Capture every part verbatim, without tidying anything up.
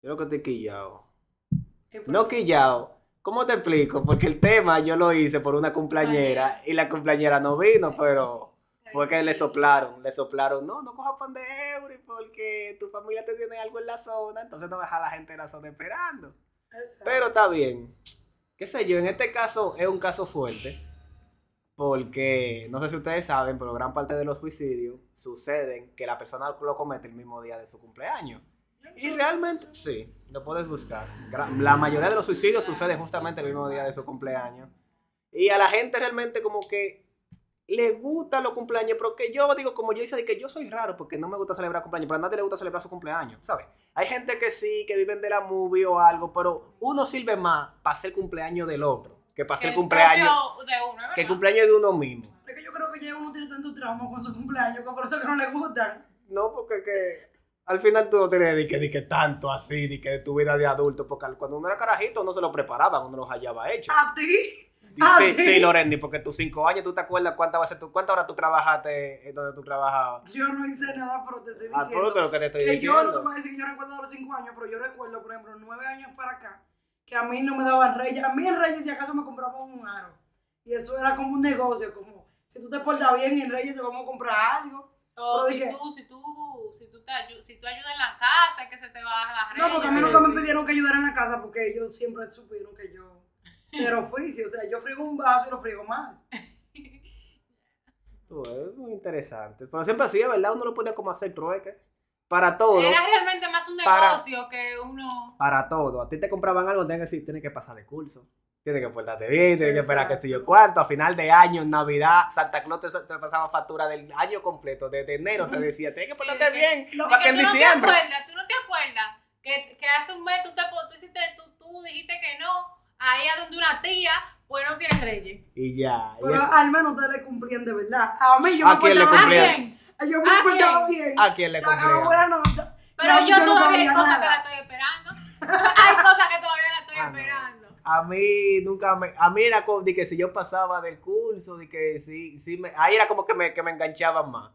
Yo lo que estoy quillado. ¿Y por No qué? quillado. ¿Cómo te explico? Porque el tema yo lo hice por una cumpleañera y la cumpleañera no vino, pero fue que le soplaron, le soplaron, no, no cojas pan de Eury porque tu familia te tiene algo en la zona, entonces no deja a la gente en la zona esperando. Pero Exacto. está bien. Qué sé yo, en este caso es un caso fuerte porque no sé si ustedes saben, pero gran parte de los suicidios suceden que la persona lo comete el mismo día de su cumpleaños. Y realmente, sí, lo puedes buscar. La mayoría de los suicidios suceden justamente el mismo día de su cumpleaños. Y a la gente realmente como que le gustan los cumpleaños, pero que yo digo, como yo hice, de que yo soy raro porque no me gusta celebrar cumpleaños, pero a nadie le gusta celebrar su cumpleaños, ¿sabes? Hay gente que sí, que viven de la movie o algo, pero uno sirve más para hacer cumpleaños del otro que para Que hacer el cumpleaños, propio de uno, ¿verdad? que el cumpleaños de uno mismo. Es que yo creo que ya uno tiene tanto trauma con su cumpleaños que por eso que no le gustan. No, porque que al final tú no tienes de que, de que tanto así, de que de tu vida de adulto, porque cuando uno era carajito no se lo preparaba, uno los hallaba hecho. ¿A ti? Sí, ¿A sí, ti? sí, Lorendi, porque tus cinco años, ¿tú te acuerdas cuántas veces tú, cuántas horas tú trabajaste en donde tú trabajabas? Yo no hice nada, pero te estoy Ah, diciendo. pero lo que te estoy que yo no te diciendo. voy a decir que yo recuerdo de los cinco años, pero yo recuerdo, por ejemplo, nueve años para acá, que a mí no me daban reyes. A mí en Reyes, si acaso, me compraban un aro. Y eso era como un negocio, como si tú te portas bien en Reyes, te vamos a comprar algo. O Pero si dije- tú, si tú, si tú, te ayu- si tú ayudas en la casa, que se te baja la No, porque a mí Sí, nunca sí. me pidieron que ayudara en la casa, porque ellos siempre supieron que yo cero oficio. O sea, yo friego un vaso y lo friego mal. Tú, es muy interesante. Pero siempre así, ¿verdad? Uno lo podía como hacer trueque. Para todo. Era realmente más un Para- negocio que uno... Para todo. A ti te compraban algo, tienes que decir, tienes que pasar de curso. Tienes que portarte bien, tienes que esperar que sé yo Exacto. cuánto. A final de año, en Navidad, Santa Claus te, te pasaba factura del año completo. Desde enero te decía, tienes que Sí, portarte de que- bien. No, de para que que en tú no te diciembre. acuerdas, tú no te acuerdas que, que hace un mes tú, te, tú, hiciste, tú, tú dijiste que no, ahí a donde una tía, pues no tienes reyes. Y ya. y Pero eso- al menos ustedes le cumplían de verdad. A mí yo ¿A me quién le portaba ¿A cumplían? bien. quién? Yo me ¿A portaba quién? bien. ¿A quién le Sacaba cumplían? buena nota. Pero No, yo, no todavía hay valía cosas que nada. la estoy esperando. Hay cosas que todavía la estoy Ah, no. esperando. A mí nunca me. A mí era como de que si yo pasaba del curso, de que sí, sí me. Ahí era como que me, que me enganchaban más.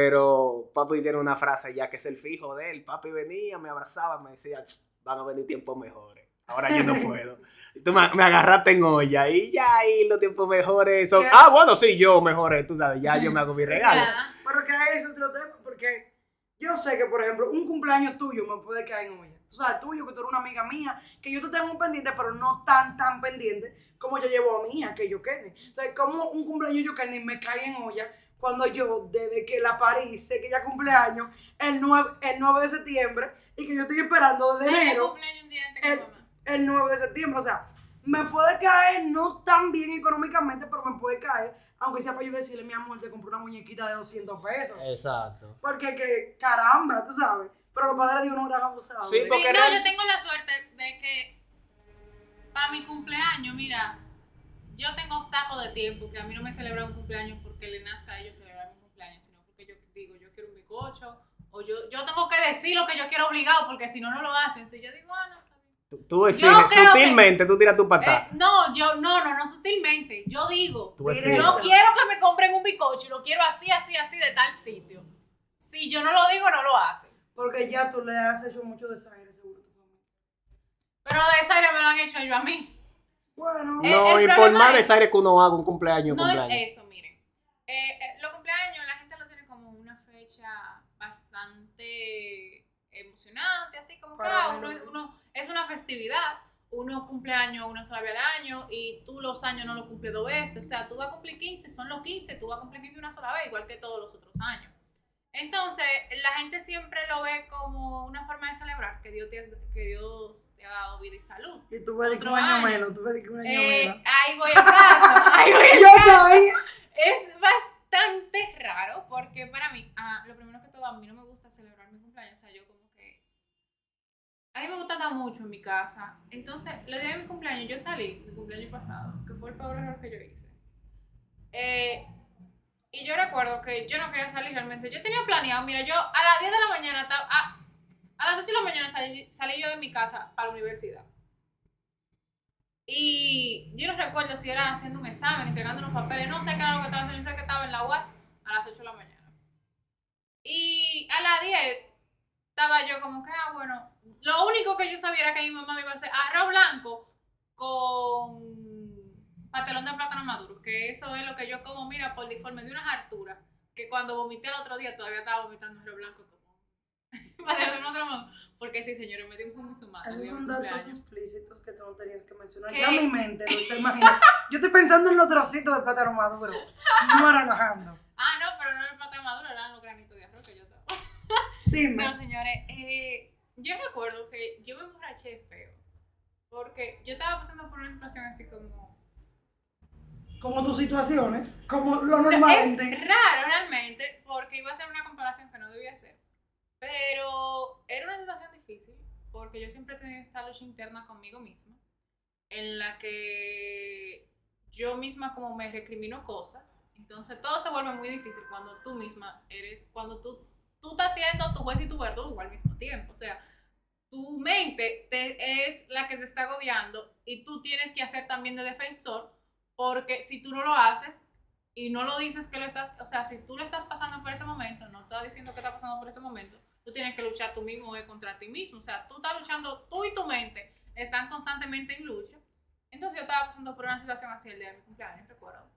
Pero papi tiene una frase ya que es el fijo de él. Papi venía, me abrazaba, me decía, van a venir tiempos mejores. Ahora yo no puedo. Y tú me, me agarraste en olla. Y ya ahí los tiempos mejores son. ¿Qué? Ah, bueno, sí, yo mejoré, tú sabes, ya yo me hago mi regalo. Ya. Pero que es otro tema, porque yo sé que, por ejemplo, un cumpleaños tuyo me puede caer en olla. Tú sabes, tuyo, que tú eres una amiga mía, que yo te tengo un pendiente, pero no tan, tan pendiente como yo llevo a mía, que yo quede. Entonces, como un cumpleaños yo quede me cae en olla cuando yo, desde que la parí, sé que ya cumpleaños el nueve, el nueve de septiembre y que yo estoy esperando desde Ay, mi enero cumpleaños un día antes que el, mamá. el nueve de septiembre. O sea, me puede caer no tan bien económicamente, pero me puede caer, aunque sea para yo decirle, mi amor, te compré una muñequita de doscientos pesos. Exacto. Porque que, caramba, tú sabes. Pero los padres de uno eran abusados. Sí, Sí, porque no, real- yo tengo la suerte de que para mi cumpleaños, mira, yo tengo saco de tiempo que a mí no me celebra un cumpleaños porque le nazca a ellos celebrar mi cumpleaños, sino porque yo digo, yo quiero un bizcocho, o yo, yo tengo que decir lo que yo quiero obligado, porque si no, no lo hacen. Si yo digo, ah, no, está bien. Tú, tú exiges, Yo creo sutilmente tú tiras tu patada. Eh, no, yo, no, no, no sutilmente. Yo digo, Tú Directo. exiges. yo quiero que me compren un bizcocho y lo quiero así, así, así de tal sitio. Si yo no lo digo, no lo hacen. Porque ya tú le has hecho mucho desaire, seguro, a tu familia. Pero de esa área me lo han hecho yo a mí. Bueno, Eh, No, el y por problema más es- desaire que uno haga un cumpleaños, No cumpleaños. es eso, miren. Eh, eh, los cumpleaños, la gente lo tiene como una fecha bastante emocionante, así como que Para ah, mí uno, no. uno, es una festividad. Uno cumpleaños una sola vez al año y tú los años no los cumples dos veces. O sea, tú vas a cumplir quince, son los quince, tú vas a cumplir quince una sola vez, igual que todos los otros años. Entonces, la gente siempre lo ve como una forma de celebrar que Dios te, ha- que Dios te ha dado vida y salud. y tú ves que Otro un año año. menos, tú ves que un año Eh, menos. ahí voy al caso, ahí voy al Yo caso. sabía. Es bastante raro porque para mí, ah, lo primero que todo, a mí no me gusta celebrar mi cumpleaños. O sea, yo como que... A mí me gusta estar mucho en mi casa. Entonces, el día de mi cumpleaños, yo salí, mi cumpleaños pasado, que fue el peor error que yo hice. Eh, y yo recuerdo que yo no quería salir realmente. Yo tenía planeado, mira, yo a las diez de la mañana, estaba- a, a las ocho de la mañana salí, salí yo de mi casa para la universidad. Y yo no recuerdo si era haciendo un examen, entregando unos papeles, no sé qué era lo que estaba haciendo, yo sé que estaba en la U A S a las ocho de la mañana. Y a las diez estaba yo como que, ah, bueno, lo único que yo sabía era que mi mamá me iba a hacer arroz blanco con pastelón de plátano maduro, que eso es lo que yo como, mira, por default me dio unas harturas, que cuando vomité el otro día todavía estaba vomitando arroz blanco como pastelón de plátano maduro, porque sí, señores, me dio un humo humano. Esos son datos explícitos que tú no tenías que mencionar. ¿Qué? Ya mi mente lo está imaginando. Yo estoy pensando en los trocitos de plátano maduro, no relajando. Ah, no, pero no era el plátano maduro, eran los granitos de arroz que yo estaba. Dime. No, señores, eh, yo recuerdo que yo me emborraché feo, porque yo estaba pasando por una situación así como... Como tus situaciones, como lo O sea, normal. es raro realmente, porque iba a ser una comparación que no debía hacer, pero era una situación difícil, porque yo siempre he tenido esta lucha interna conmigo misma, en la que yo misma como me recrimino cosas, entonces todo se vuelve muy difícil cuando tú misma eres, cuando tú, tú estás siendo tu juez y tu verdugo al mismo tiempo, o sea, tu mente te, es la que te está agobiando y tú tienes que hacer también de defensor, porque si tú no lo haces y no lo dices que lo estás, o sea, si tú lo estás pasando por ese momento, no estás diciendo que estás pasando por ese momento, tú tienes que luchar tú mismo eh, contra ti mismo, o sea, tú estás luchando, tú y tu mente están constantemente en lucha. Entonces yo estaba pasando por una situación así el día de mi cumpleaños, recuerdo.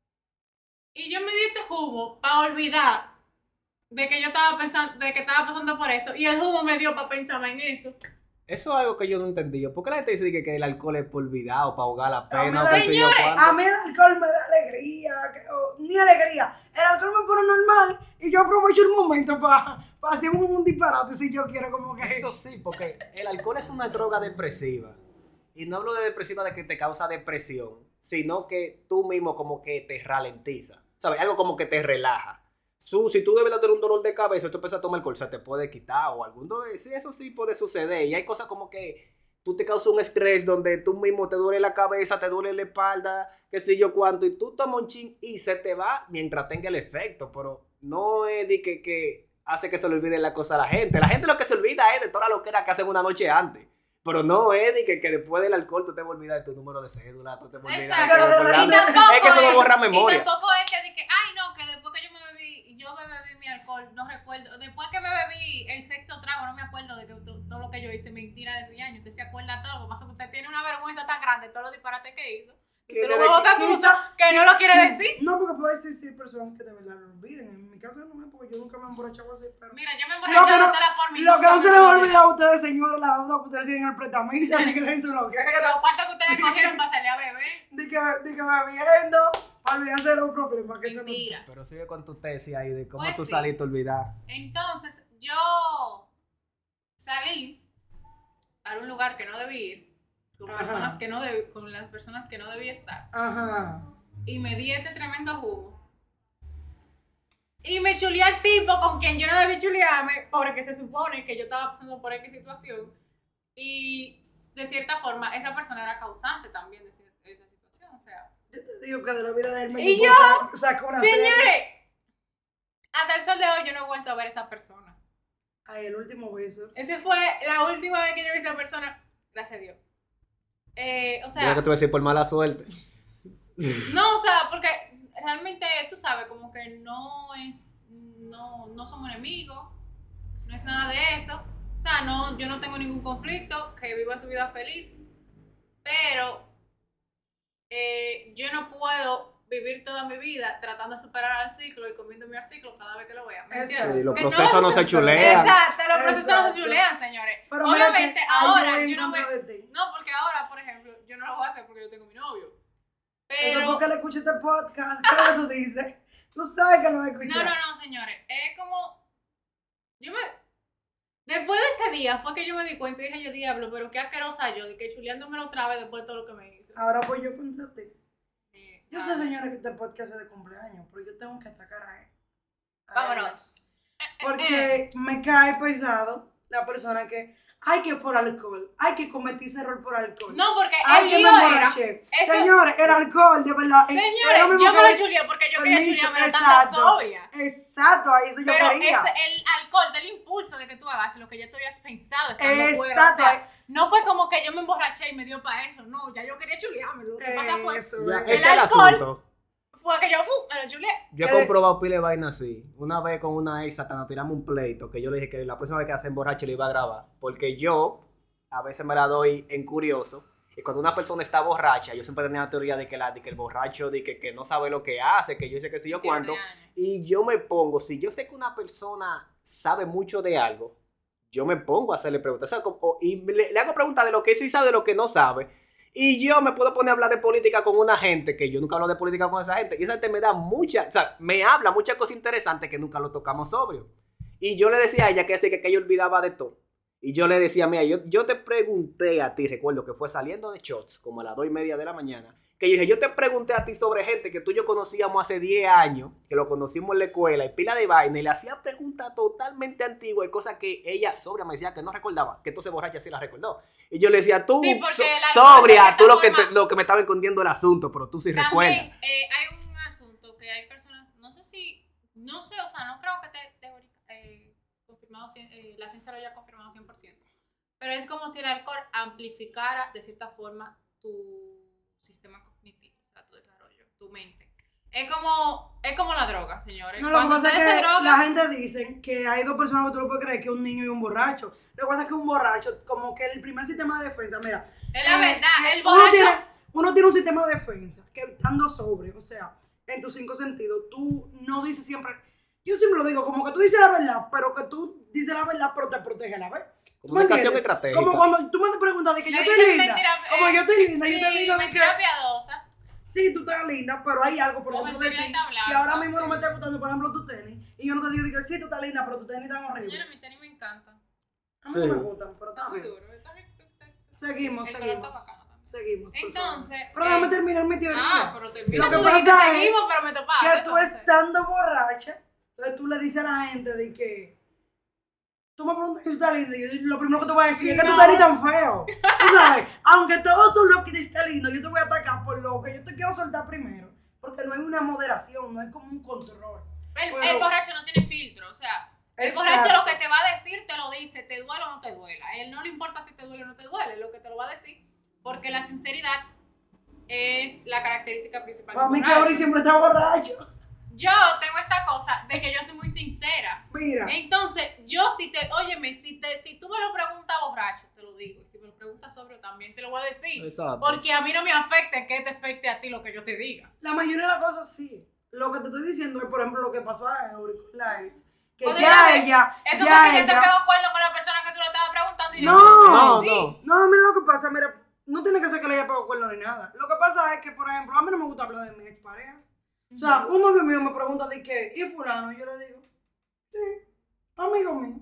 Y yo me di este jugo para olvidar de que yo estaba pensando, de que estaba pasando por eso, y el jugo me dio para pensar en eso. Eso es algo que yo no entendí. ¿Por qué la gente dice que, que el alcohol es por olvidar o para ahogar la pena? A o mí, qué sé yo señores, cuánto? A mí el alcohol me da alegría, que- o, ni alegría. El alcohol me pone normal y yo aprovecho el momento para pa hacer un, un disparate si yo quiero, como que. Eso sí, porque el alcohol es una droga depresiva. Y no hablo de depresiva de que te causa depresión, sino que tú mismo como que te ralentiza. ¿Sabes? Algo como que te relaja. Su, si tú debes tener un dolor de cabeza y tú empiezas a tomar alcohol, se te puede quitar o algún dolor. Sí, eso sí puede suceder. Y hay cosas como que tú te causas un estrés donde tú mismo te duele la cabeza, te duele la espalda, qué sé yo cuánto, y tú tomas un chin y se te va mientras tenga el efecto. Pero no es de que, que hace que se le olvide la cosa a la gente. La gente lo que se olvida es de toda la loquera que hacen una noche antes. Pero no es de que, que después del alcohol tú te vas a olvidar de tu número de cédula, tú te vas a olvidar Exacto. de que Y tampoco es que eso no borra Y memoria. tampoco es que, de que, ay no, que después que yo me bebí, yo me bebí mi alcohol, no recuerdo, después que me bebí el sexto trago, no me acuerdo de que to- todo lo que yo hice, mentira de diez años, usted se acuerda todo, lo que pasa es que usted tiene una vergüenza tan grande de todos los disparates que hizo, Que usted lo desde huevos que que- puso, quizá- que no lo quiere decir. No, porque puede existir personas que de verdad lo olviden. En mi caso no es porque yo nunca me he emborrachado así, pero. Mira, yo me Lo emborraché que de no- toda la forma y Lo que nunca no me se les va a acordé. olvidar a ustedes, señores, la deuda que ustedes tienen en el prestamento, así que den su loquera. Los cuartos que ustedes cogieron para salir a beber. Di que, di que bebiendo, para olvidarse de los problemas que se Mentira. Pero sigue con tu tesis ahí de cómo Pues tú sí. saliste a olvidar. Entonces, yo salí a un lugar que no debí ir, con Ajá. personas que no deb- con las personas que no debía estar, Ajá. y me di este tremendo jugo. Y me chuleé al tipo con quien yo no debí chulearme, porque se supone que yo estaba pasando por X situación. Y de cierta forma, esa persona era causante también de, cier- de esa situación. O sea, Yo te digo que de la vida de él me ¿Y yo sacó una serie. señores, hasta el sol de hoy yo no he vuelto a ver a esa persona. Ay, el último beso. Esa fue la última vez que yo vi a esa persona. Gracias a Dios. Eh, o Yo sea, que te voy a decir por mala suerte. no, o sea, porque realmente, tú sabes, como que no es, no, no somos enemigos, no es nada de eso. O sea, no, yo no tengo ningún conflicto, que viva su vida feliz, pero eh, yo no puedo vivir toda mi vida tratando de superar al ciclo y comiéndome al ciclo cada vez que lo vea. ¿Me Exacto. entiendes? Sí, los Que no- procesos no, se Exacto. chulean. Exacto, los procesos no Exacto. se chulean, señores. Pero mira Obviamente, que ahí ahora voy en yo no voy... contra de ti. No, porque ahora, por ejemplo, yo no lo voy a hacer porque yo tengo mi novio. Eso Pero... porque le escuché este podcast. ¿Qué es lo que tú dices? Tú sabes que lo he No, escuchado. no, no, señores. Es como... Yo me... Después de ese día fue que yo me di cuenta y dije yo, diablo, pero qué asquerosa yo, de que chuleándomelo otra vez después de todo lo que me hice. Ahora voy yo contra ti. Eh, Yo ah, sé, señora, que este podcast es de cumpleaños, pero yo tengo que atacar a él. A él. Vámonos. Porque me cae pesado la persona que, ay, que por alcohol, ay, que cometí ese error por alcohol. No, porque ay, el que me lío era... emborraché. eso- Señores, el alcohol, de verdad. es- es lo Señores, mismo yo que me el- lo chuleé porque yo quería permiso, chulearme exacto. tanta sobria. Exacto, ahí eso yo Pero quería. es el alcohol del impulso de que tú hagas lo que ya tú habías pensado estando fuera. O Exacto. sea, no fue como que yo me emborraché y me dio para eso. No, ya yo quería chulearme. Lo que pasa fue... Eso, Ya, es. ese es el el alcohol- asunto. fue que yo fu, me lo chulé. Yo he comprobado pile de vaina así. Una vez con una ex hasta nos tiramos un pleito que yo le dije que la próxima vez que hacen borracho le iba a grabar. Porque yo a veces me la doy en curioso. Y cuando una persona está borracha, yo siempre tenía la teoría de que, la, de que el borracho de que, que no sabe lo que hace, que yo sé que si yo cuánto. Y yo me pongo, si yo sé que una persona sabe mucho de algo, yo me pongo a hacerle preguntas. O sea, como, o, y le, le hago preguntas de lo que sí sabe, de lo que no sabe. Y yo me puedo poner a hablar de política con una gente que yo nunca hablo de política con esa gente. Y esa gente me da mucha, o sea, me habla muchas cosas interesantes que nunca lo tocamos sobrio. Y yo le decía a ella que, este, que, que ella olvidaba de todo. Y yo le decía, mira, yo, yo te pregunté a ti, recuerdo que fue saliendo de shots, como a las dos y media de la mañana, que yo dije, yo te pregunté a ti sobre gente que tú y yo conocíamos hace diez años, que lo conocimos en la escuela, y pila de vaina, y le hacía preguntas totalmente antiguas y cosas que ella sobria me decía que no recordaba, que entonces borracha sí la recordó. Y yo le decía, tú, sí, so, sobria, tú lo que, te, lo que me estaba escondiendo el asunto, pero tú sí también, recuerdas. Eh, hay un asunto que hay personas, no sé si, no sé, o sea, no creo que te, te eh, confirmado, eh, la ciencia lo haya confirmado cien por ciento, pero es como si el alcohol amplificara de cierta forma tu sistema cognitivo, o sea, tu desarrollo, tu mente. Es como, es como la droga, señores. No, lo que pasa es que droga, la gente dice que hay dos personas que tú no puedes creer, que un niño y un borracho. Lo que pasa es que un borracho, como que el primer sistema de defensa, mira. Es la eh, verdad, eh, el borracho... Uno tiene, uno tiene un sistema de defensa que estando sobre, o sea, en tus cinco sentidos, tú no dices siempre... Yo siempre lo digo, como que tú dices la verdad, pero que tú dices la verdad, pero te protege la vez. Comunicación estratégica. Como cuando tú me preguntas de que le yo estoy linda. Mentira, como eh, yo estoy linda, sí, yo te digo de que... piadosa. Sí, tú estás linda, pero hay algo, por o ejemplo, de ti, blanca, que ahora mismo sí. no me está gustando, por ejemplo, tu tenis. Y yo no te digo, digo, sí, tú estás linda, pero tu tenis tan horrible. Señora, mi tenis me encanta. A mí Sí. no me gustan, pero está Muy bien. duro. Está bien, está bien. Seguimos, El seguimos. color está bacano también. Seguimos, por Entonces... favor. Pero déjame eh, terminar mi teoría. Ah, pero termina. Lo que Tú pasa dijiste, es seguimos, pero me topaste, que tú entonces. estando borracha, entonces tú le dices a la gente de que tú me preguntas si tú estás linda, y yo lo primero que te voy a decir es que No. tú estás ni tan feo. Tú sabes, aunque todo tu look esté lindo, yo te voy a atacar por lo que yo te quiero soltar primero. Porque no hay una moderación, no hay como un control. El, Pero- el borracho no tiene filtro, o sea, el Exacto. borracho lo que te va a decir te lo dice, te duele o no te duela. A él no le importa si te duele o no te duele, lo que te lo va a decir, porque la sinceridad es la característica principal Para del mí que borracho. Ori siempre está borracho. Yo tengo esta cosa de que yo soy muy sincera. Mira. Entonces, yo si te, óyeme, si te, si tú me lo preguntas borracho, te lo digo. Y si me lo preguntas sobrio, también te lo voy a decir. Exacto. Porque a mí no me afecta que te afecte a ti lo que yo te diga. La mayoría de las cosas sí. Lo que te estoy diciendo es, por ejemplo, lo que pasó a Ori con la ex. Que Podría ya haber- ella. Eso ya fue que yo te ella- pego cuerno con la persona que tú le estabas preguntando y No. yo No, sí. no. No, mira lo que pasa, mira, no tiene que ser que le haya pegado cuerno ni nada. Lo que pasa es que, por ejemplo, a mí no me gusta hablar de mi expareja. O sea, un novio mío me pregunta de qué, ¿y fulano? Y yo le digo, sí, amigo mío.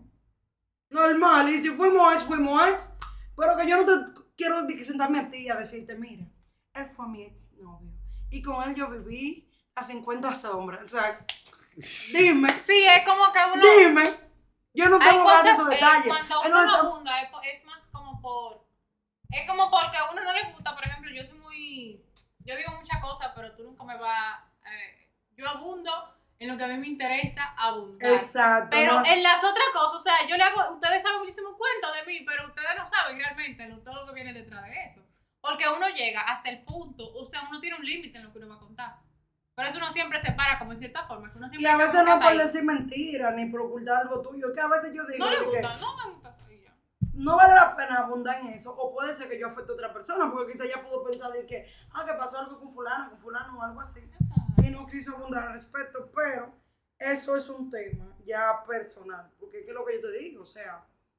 Normal, y si fuimos ex, fuimos ex. Pero que yo no te quiero de que sentarme a ti a decirte, mira, él fue mi ex novio. Y con él yo viví a cincuenta sombras. O sea, dime, Sí, es como que uno... dime. Yo no Hay tengo ganas de cosas, esos eh, detalles. cuando uno Entonces, no abunda, es, po- es más como por... Es como porque a uno no le gusta, por ejemplo, yo soy muy... Yo digo muchas cosas, pero tú nunca me vas... Eh, yo abundo en lo que a mí me interesa abundar. exacto. Pero ¿no? en las otras cosas, o sea, yo le hago... Ustedes saben muchísimo cuento de mí, pero ustedes no saben realmente lo- todo lo que viene detrás de eso. Porque uno llega hasta el punto, o sea, uno tiene un límite en lo que uno va a contar. Por eso uno siempre se para como en cierta forma. Que uno Y siempre a se veces no cata por ahí. decir mentiras ni por ocultar algo tuyo. Que a veces yo digo No le de que gusta, no me gusta así ya. no vale la pena abundar en eso. O puede ser que yo afecte a otra persona. Porque quizá ella pudo pensar de que, ah, que pasó algo con fulano, con fulano o algo así. Exacto. Y no quiso abundar al respecto. Pero eso es un tema ya personal. Porque es que lo que yo te digo, o sea,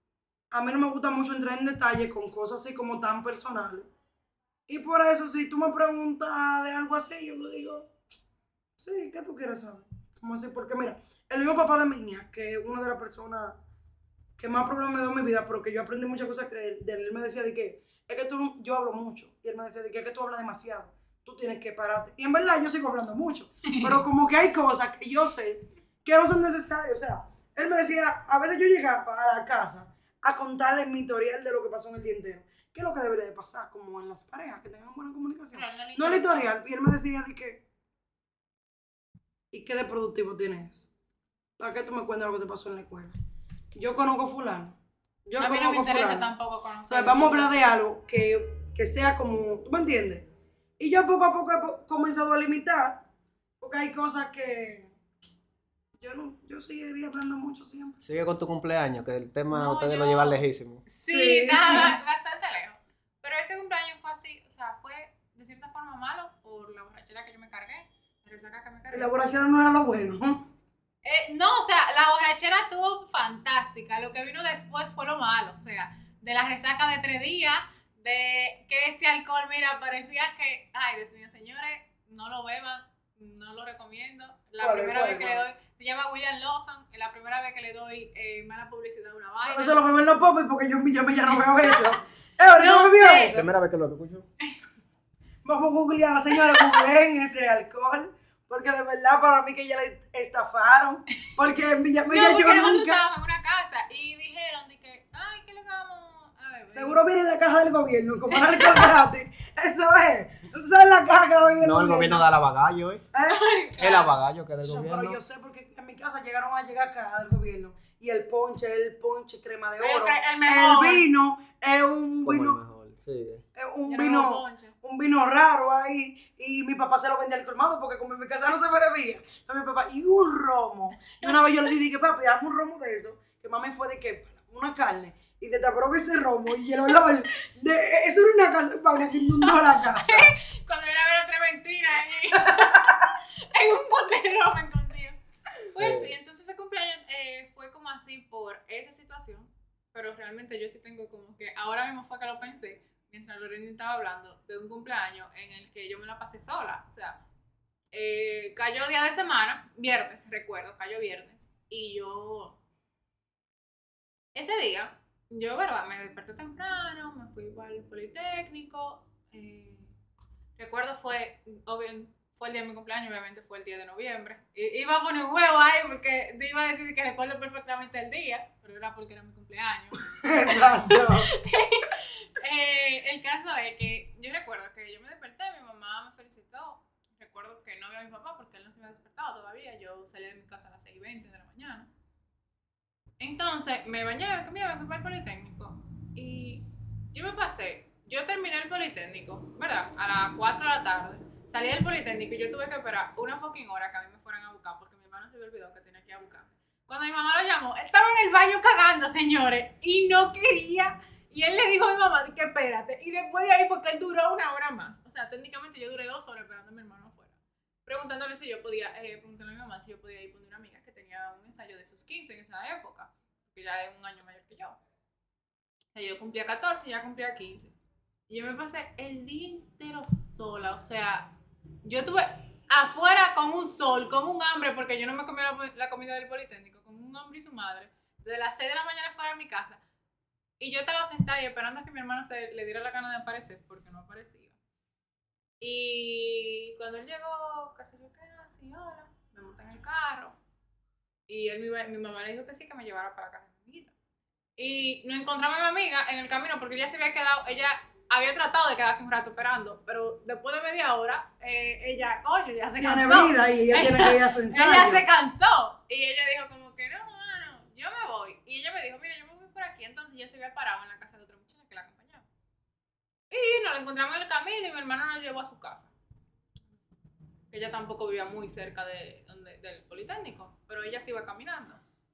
a mí no me gusta mucho entrar en detalle con cosas así como tan personales. Y por eso, si tú me preguntas de algo así, yo te digo, sí, ¿qué tú quieres saber? Como así, porque mira, el mismo papá de mi niña, que es una de las personas que más problemas me dio en mi vida, pero que yo aprendí muchas cosas que de él, de él me decía de que, es que tú, yo hablo mucho, y él me decía de que es que tú hablas demasiado, tú tienes que pararte. Y en verdad yo sigo hablando mucho, pero como que hay cosas que yo sé que no son necesarias, o sea, él me decía, a veces yo llegaba a la casa a contarle mi historial de lo que pasó en el día entero. ¿Qué es lo que debería de pasar? Como en las parejas, que tengan buena comunicación. Claro, no le No el interesa. editorial. Y él me decía de que, ¿y qué de productivo tienes? ¿Para qué tú me cuentas lo que te pasó en la escuela? Yo conozco fulano. Yo A mí no me conozco interesa fulano. tampoco O conocer. sea, vamos a hablar de algo que, que sea como, ¿tú me entiendes? Y yo poco a poco he po- comenzado a limitar Porque hay cosas que yo no, yo seguiría hablando mucho siempre. Sigue con tu cumpleaños, que el tema No, ustedes yo- lo llevan lejísimo. Sí, Sí. nada, bastante lejos. Pero ese cumpleaños fue así, o sea, fue de cierta forma malo por la borrachera que yo me cargué, la resaca que me Y cargué. la borrachera no era lo bueno. Eh, no, o sea, la borrachera estuvo fantástica. Lo que vino después fue lo malo. O sea, de la resaca de tres días, de que ese alcohol, mira, parecía que, ay, Dios mío, señores, no lo beban, no lo recomiendo. La ¿Cuál es, primera cuál vez es, que le cuál? doy, se llama William Lawson, es la primera vez que le doy eh, mala publicidad a una vaina. Por eso lo beben los popis, porque yo, yo ya no veo eso. Eh, ahorita No no vio sé. eso. Primera vez que lo escucho. Vamos a googlear a la señora, googleen ese alcohol. Porque de verdad para mí que ya le estafaron. Porque en Villa No, Mella porque yo nosotros nunca. estábamos en una casa y dijeron de que, ay, ¿qué es lo que vamos a beber? Seguro viene en la caja del gobierno, como era alcohol gratis. Eso es. Tú sabes la caja que da en el No, el gobierno da la bagallo, ¿eh? ¿Eh? Es la bagallo que es del Yo- gobierno. Pero yo sé porque en mi casa llegaron a llegar cajas del gobierno. Y el ponche, el ponche crema de El oro. cre- el mejor. vino es un Como el vino. mejor, sigue. Es un Yo no vino. bebo ponche. Un vino raro ahí. Y mi papá se lo vendía al colmado porque como en mi casa no se bebía. Entonces mi papá, y un romo. Y una vez yo le dije, papi, dame un romo de eso. Que mami fue de que una carne. Y destapó ese romo y el olor. De, eso era una casa vaina que inundó la casa. Cuando viene a ver otra mentira ahí. En un bote de ropa escondido. Pues Sí. sí, entonces ese cumpleaños eh, fue como así por esa situación. Pero realmente yo sí tengo como que, ahora mismo fue que lo pensé, mientras Lorena estaba hablando de un cumpleaños en el que yo me la pasé sola. O sea, eh, cayó día de semana, viernes, recuerdo, cayó viernes. Y yo, ese día, yo, verdad, me desperté temprano, me fui para el Politécnico. Eh, recuerdo fue, obvio, fue el día de mi cumpleaños, obviamente fue el día de noviembre. I- iba a poner un huevo ahí porque iba a decir que recuerdo perfectamente el día, pero era porque era mi cumpleaños. Exacto. Eh, el caso es que yo recuerdo que yo me desperté, mi mamá me felicitó. Recuerdo que no vi a mi papá porque él no se había despertado todavía. Yo salí de mi casa a las seis y veinte de la mañana. Entonces me bañé, me cambié, me fui para el Politécnico. Y yo me pasé, yo terminé el Politécnico, ¿verdad? A las cuatro de la tarde. Salí del Politécnico y yo tuve que esperar una fucking hora que a mí me fueran a buscar porque mi hermano se había olvidado que tenía que ir a buscarme. Cuando mi mamá lo llamó, él estaba en el baño cagando, señores, y no quería. Y él le dijo a mi mamá que espérate. Y después de ahí fue que él duró una hora más. O sea, técnicamente yo duré dos horas esperando a mi hermano afuera. Preguntándole si yo podía, eh, preguntándole a mi mamá si yo podía ir con una amiga que tenía un ensayo de sus quince en esa época. Porque ya es un año mayor que yo. O sea, yo cumplía catorce y ella cumplía quince. Y yo me pasé el día entero sola. O sea, yo estuve afuera con un sol, con un hambre, porque yo no me comí la, la comida del Politécnico, con un hombre y su madre, desde las seis de la mañana fuera de mi casa. Y yo estaba sentada y esperando a que mi hermano se le diera la gana de aparecer, porque no aparecía. Y cuando él llegó, qué sé yo qué, así, hola, me monté en el carro. Y él, mi, mi mamá le dijo que sí, que me llevara para la casa de mi amiguita. Y nos encontramos a mi amiga en el camino, porque ella se había quedado, ella había tratado de quedarse un rato esperando, pero después de media hora, eh, ella, coño, ya se Tiene cansó. vida y ella tiene que ir a su ensayo. Ella se cansó. Y ella dijo como que no, mano, yo me voy. Y ella me dijo, mira, yo me voy por aquí. Entonces ella se había parado en la casa de otra muchacha que la acompañaba. Y nos la encontramos en el camino y mi hermano nos llevó a su casa. Ella tampoco vivía muy cerca de, donde, del Politécnico, pero ella se iba caminando.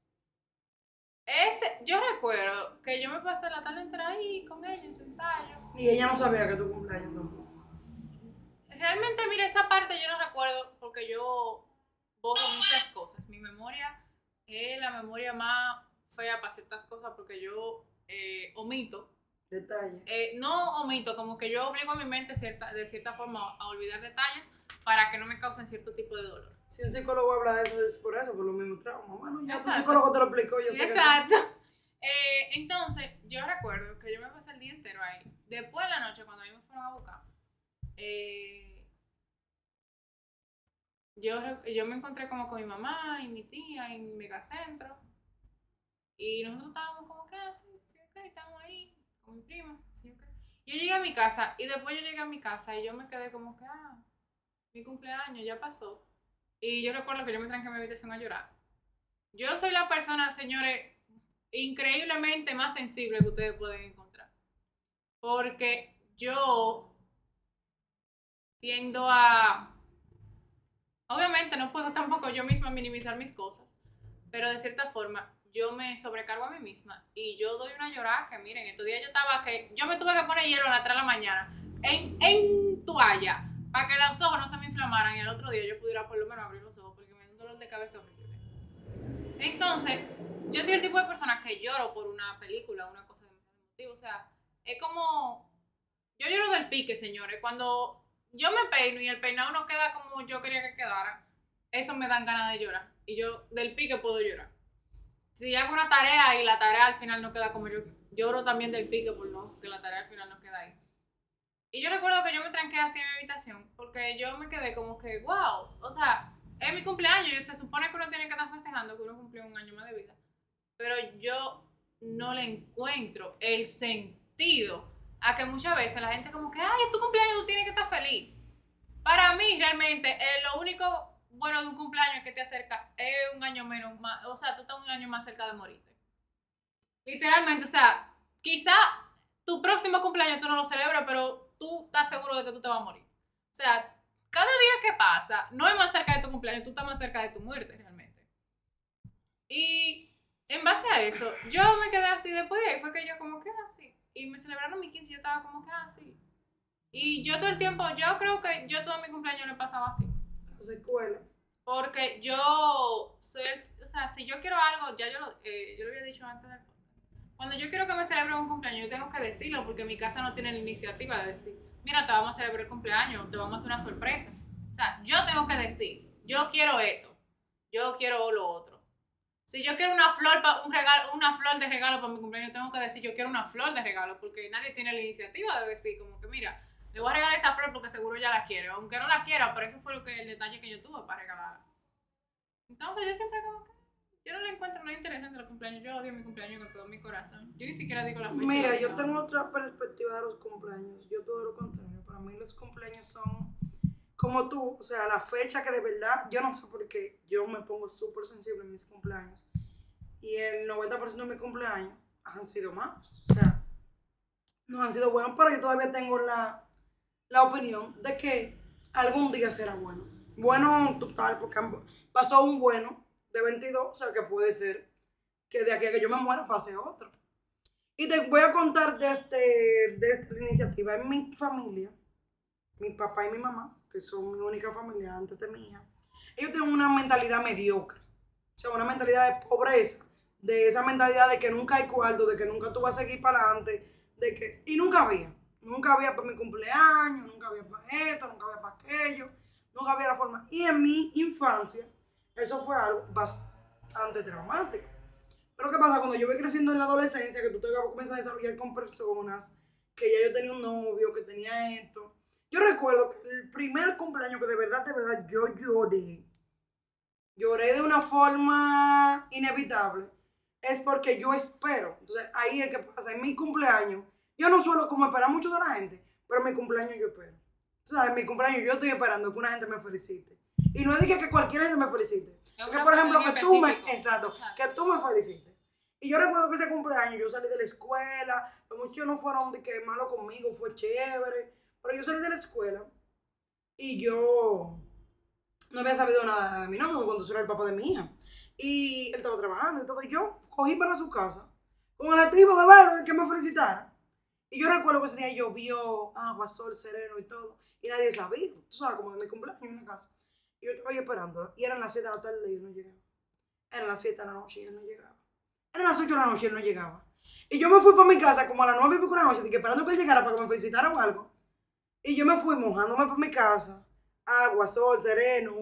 Ese, yo recuerdo que yo me pasé la tarde entera ahí con ella en su ensayo. Y ella no sabía que tu cumpleaños tampoco. Realmente, mire, esa parte yo no recuerdo porque yo borro muchas cosas. Mi memoria es la memoria más fea para ciertas cosas porque yo eh, omito. Detalles. Eh, no omito, como que yo obligo a mi mente cierta, de cierta forma a olvidar detalles para que no me causen cierto tipo de dolor. Si un psicólogo habla de eso es por eso, por los mismos traumas. Bueno, ya tu Exacto. psicólogo te lo explicó, yo sé que sí. Exacto. Eh, entonces, yo recuerdo que yo me pasé el día entero ahí. Después de la noche, cuando a mí me fueron a buscar, eh, yo, yo me encontré como con mi mamá y mi tía en Megacentro. Y nosotros estábamos como que así, sí, ok, estamos ahí con mi prima, sí, ok. Yo llegué a mi casa y después yo llegué a mi casa y yo me quedé como que, ah, mi cumpleaños ya pasó. Y yo recuerdo que yo me tranqué en mi habitación a llorar. Yo soy la persona, señores, increíblemente más sensible que ustedes pueden encontrar. Porque yo tiendo a obviamente no puedo tampoco yo misma minimizar mis cosas, pero de cierta forma yo me sobrecargo a mí misma y yo doy una llorada que miren, estos días yo estaba que yo me tuve que poner hielo a las tres de la mañana en, en toalla para que los ojos no se me inflamaran y al otro día yo pudiera por lo menos abrir los ojos porque me da un dolor de cabeza horrible. Entonces, yo soy el tipo de persona que lloro por una película, una cosa de emotivo, o sea, es como yo lloro del pique, señores, cuando yo me peino y el peinado no queda como yo quería que quedara, eso me dan ganas de llorar y yo del pique puedo llorar. Si hago una tarea y la tarea al final no queda como yo, lloro también del pique por no, que la tarea al final no queda ahí. Y yo recuerdo que yo me tranqué así en mi habitación porque yo me quedé como que, wow, o sea, es mi cumpleaños y se supone que uno tiene que estar festejando que uno cumplió un año más de vida. Pero yo no le encuentro el sentido a que muchas veces la gente como que, ay, es tu cumpleaños, tú tienes que estar feliz. Para mí realmente eh, lo único bueno de un cumpleaños que te acerca es un año menos, más, o sea, tú estás un año más cerca de morirte. Literalmente, o sea, quizá tu próximo cumpleaños tú no lo celebras, pero tú estás seguro de que tú te vas a morir. O sea, cada día que pasa, no es más cerca de tu cumpleaños, tú estás más cerca de tu muerte realmente. Y en base a eso, yo me quedé así, después de ahí fue que yo como que así. Y me celebraron mi quince y yo estaba como que así. Y yo todo el tiempo, yo creo que yo todo mi cumpleaños le pasaba así. Las escuelas. Porque yo soy, el, o sea, si yo quiero algo, ya yo lo, eh, yo lo había dicho antes del podcast. Cuando yo quiero que me celebren un cumpleaños, yo tengo que decirlo porque mi casa no tiene la iniciativa de decir, mira, te vamos a celebrar el cumpleaños, te vamos a hacer una sorpresa. O sea, yo tengo que decir, yo quiero esto, yo quiero lo otro. Si yo quiero una flor, pa, un regalo, una flor de regalo para mi cumpleaños, tengo que decir, yo quiero una flor de regalo porque nadie tiene la iniciativa de decir, como que mira, le voy a regalar esa flor porque seguro ya la quiere, aunque no la quiera, pero eso fue lo que, el detalle que yo tuve para regalarla. Entonces yo siempre como que, yo no le encuentro nada interesante a los cumpleaños, yo odio mi cumpleaños con todo mi corazón. Yo ni siquiera digo la fecha. Mira, yo tengo otra perspectiva de los cumpleaños, yo todo lo contrario, para mí los cumpleaños son como tú, o sea, la fecha que de verdad, yo no sé por qué, yo me pongo súper sensible en mis cumpleaños y el noventa por ciento de mis cumpleaños han sido malos, o sea, no han sido buenos, pero yo todavía tengo la, la opinión de que algún día será bueno. Bueno total, porque pasó un bueno de veintidós, o sea que puede ser que de aquí a que yo me muera pase otro. Y te voy a contar de, este, de esta iniciativa. En mi familia, mi papá y mi mamá, que son mi única familia antes de mi hija, ellos tienen una mentalidad mediocre, o sea, una mentalidad de pobreza, de esa mentalidad de que nunca hay cuarto, de que nunca tú vas a seguir para adelante, de que, y nunca había, nunca había para mi cumpleaños, nunca había para esto, nunca había para aquello, nunca había la forma. Y en mi infancia, eso fue algo bastante traumático. Pero ¿qué pasa? Cuando yo voy creciendo en la adolescencia, que tú te comienzas a desarrollar con personas, que ya yo tenía un novio, que tenía esto. Yo recuerdo que el primer cumpleaños que de verdad, de verdad, yo lloré, lloré de una forma inevitable, es porque yo espero. Entonces, ahí es que pasa, en mi cumpleaños, yo no suelo como esperar mucho de la gente, pero en mi cumpleaños yo espero. O sea, en mi cumpleaños yo estoy esperando que una gente me felicite. Y no es de que cualquier gente me felicite. Porque, por ejemplo, que tú me, exacto, que tú me felicites. Y yo recuerdo que ese cumpleaños yo salí de la escuela, los muchachos no fueron de que malo conmigo, fue chévere, pero yo salí de la escuela y yo no había sabido nada de mi novio cuando era el papá de mi hija. Y él estaba trabajando y todo. Yo cogí para su casa con el objetivo de verlo y que me felicitara. Y yo recuerdo que ese día llovió, agua, sol, sereno y todo. Y nadie sabía, tú sabes, como de mi cumpleaños en la casa. Y yo estaba ahí esperándolo. Y eran las siete de la tarde y él no llegaba. Eran las siete de la noche y él no llegaba. Eran las ocho de la noche y él no llegaba. Y yo me fui para mi casa como a las nueve y pico de la noche, esperando que él llegara para que me felicitara o algo. Y yo me fui mojándome para mi casa. Agua, sol, sereno,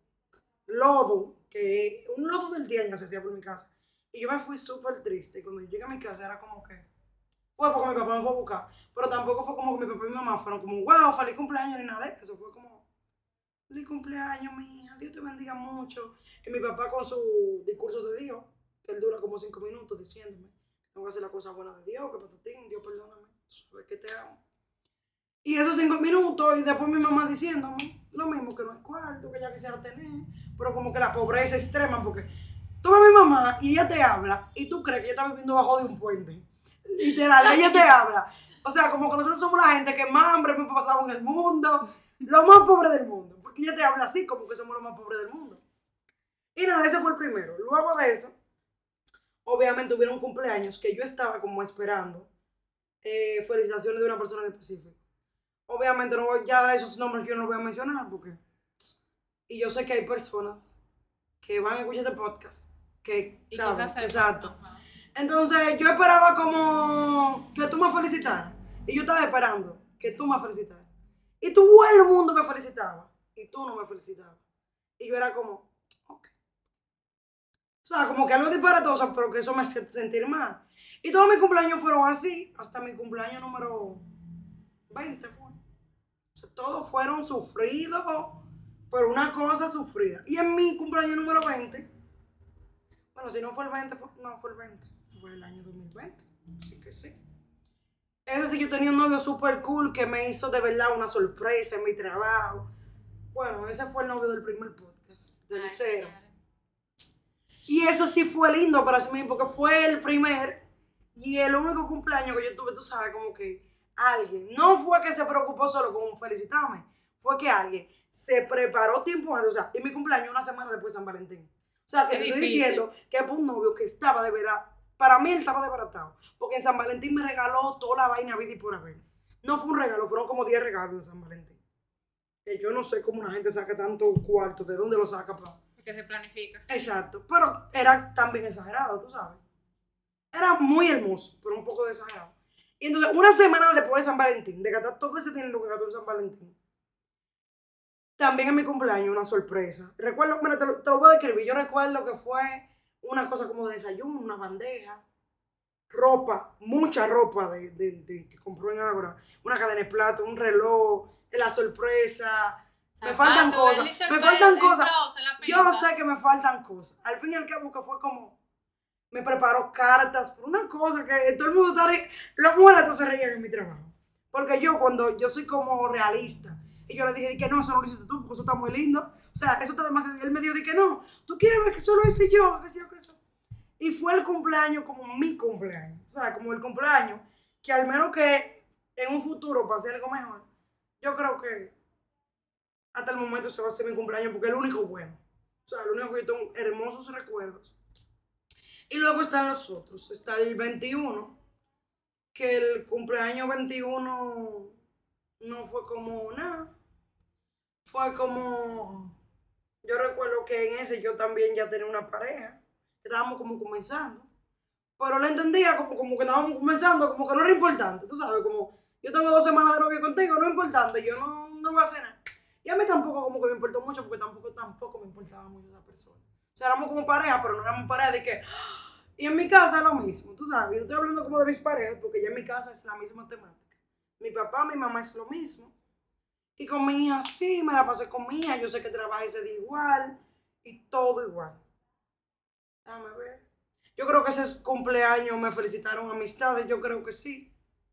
lodo. Que un lodo del día ya se hacía por mi casa. Y yo me fui súper triste. Y cuando yo llegué a mi casa era como que... Fue porque mi papá me fue a buscar. Pero tampoco fue como que mi papá y mi mamá fueron como, wow, feliz cumpleaños ni nada de eso. Fue como, feliz cumpleaños, mi hija, Dios te bendiga mucho. Y mi papá con su discurso de Dios, que él dura como cinco minutos diciéndome, tengo que hacer la cosa buena de Dios, que patatín, Dios perdóname, tú sabes que te amo. Y esos cinco minutos, y después mi mamá diciéndome lo mismo, que no es cuarto, que ella quisiera tener, pero como que la pobreza extrema, porque tú ves a mi mamá y ella te habla, y tú crees que ella está viviendo bajo de un puente. Literal, ella te habla. O sea, como que nosotros somos la gente que más hambre hemos pasado en el mundo, lo más pobre del mundo. porque ella te habla así, como que somos los más pobres del mundo. Y nada, ese fue el primero. Luego de eso, obviamente hubieron cumpleaños que yo estaba como esperando eh, felicitaciones de una persona en específico. Obviamente no voy- ya esos nombres yo no los voy a mencionar porque... Y yo sé que hay personas que van a escuchar este podcast que Y saben, quizás exacto. Ajá. Entonces yo esperaba como que tú me felicitaras. Y yo estaba esperando que tú me felicitaras. Y todo el mundo me felicitaba. Y tú no me felicitabas. Y yo era como, ok. O sea, como que algo disparatoso, pero que eso me hace sentir mal. Y todos mis cumpleaños fueron así, hasta mi cumpleaños número veinte fue. O sea, todos fueron sufridos, pero una cosa sufrida. Y en mi cumpleaños número veinte, bueno, si no fue el veinte, fue, no fue el veinte, fue el año dos mil veinte. Así que sí. Ese sí, yo tenía un novio súper cool que me hizo de verdad una sorpresa en mi trabajo. Bueno, ese fue el novio del primer podcast, del Ay, cero. señora. Y eso sí fue lindo para mí, porque fue el primer y el único cumpleaños que yo tuve, tú sabes, como que alguien, no fue que se preocupó solo con felicitarme, fue que alguien se preparó tiempo antes, o sea, y mi cumpleaños una semana después de San Valentín. O sea, que Es te estoy difícil. diciendo que es un novio que estaba de verdad, para mí él estaba desbaratado, porque en San Valentín me regaló toda la vaina vida y por haber. No fue un regalo, fueron como diez regalos de San Valentín. Que yo no sé cómo una gente saca tanto cuarto, de dónde lo saca, pa. Que se planifica. Exacto, pero era también exagerado, tú sabes. Era muy hermoso, pero un poco exagerado. Y entonces, una semana después de San Valentín, de gastar todo ese dinero que gastó en San Valentín, también en mi cumpleaños, una sorpresa. Recuerdo, mira, te lo, te lo voy a describir. Yo recuerdo que fue una cosa como de desayuno, una bandeja, ropa, mucha ropa de, de, de- que compró en Ágora, una cadena de plata, un reloj, la sorpresa. Me faltan Zapato, cosas, él hizo el me pe- faltan el cosas. close, la Yo pinta. sé que me faltan cosas. Al fin y al cabo que fue como, me preparó cartas, una cosa que todo el mundo está re... Los muertos se reían en mi trabajo. Porque yo cuando, yo soy como realista, y yo le dije que no, eso no lo hiciste tú, porque eso está muy lindo. O sea, eso está demasiado. Y él me dijo, que no, tú quieres ver que eso lo hice yo, que sí o que eso. Y fue el cumpleaños como mi cumpleaños. O sea, como el cumpleaños, que al menos que en un futuro pase algo mejor, yo creo que hasta el momento se va a hacer mi cumpleaños porque es el único bueno. O sea, el único que yo tengo hermosos recuerdos. Y luego están los otros. Está el veintiuno, que el cumpleaños veintiuno no fue como nada. Fue como... Yo recuerdo que en ese yo también ya tenía una pareja. Estábamos como comenzando. Pero le entendía como, como que estábamos comenzando, como que no era importante. Tú sabes, como yo tengo dos semanas de novio contigo, no es importante. Yo no, no voy a hacer nada. Y a mí tampoco como que me importó mucho porque tampoco, tampoco me importaba mucho esa persona. O sea, éramos como pareja, pero no éramos pareja de que... Y en mi casa es lo mismo, tú sabes. Yo estoy hablando como de mis parejas porque ya en mi casa es la misma temática. Mi papá, mi mamá es lo mismo. Y con mi hija sí, me la pasé con mi hija. Yo sé que trabaja ese día igual y todo igual. Déjame ver. Yo creo que ese cumpleaños me felicitaron amistades, yo creo que sí.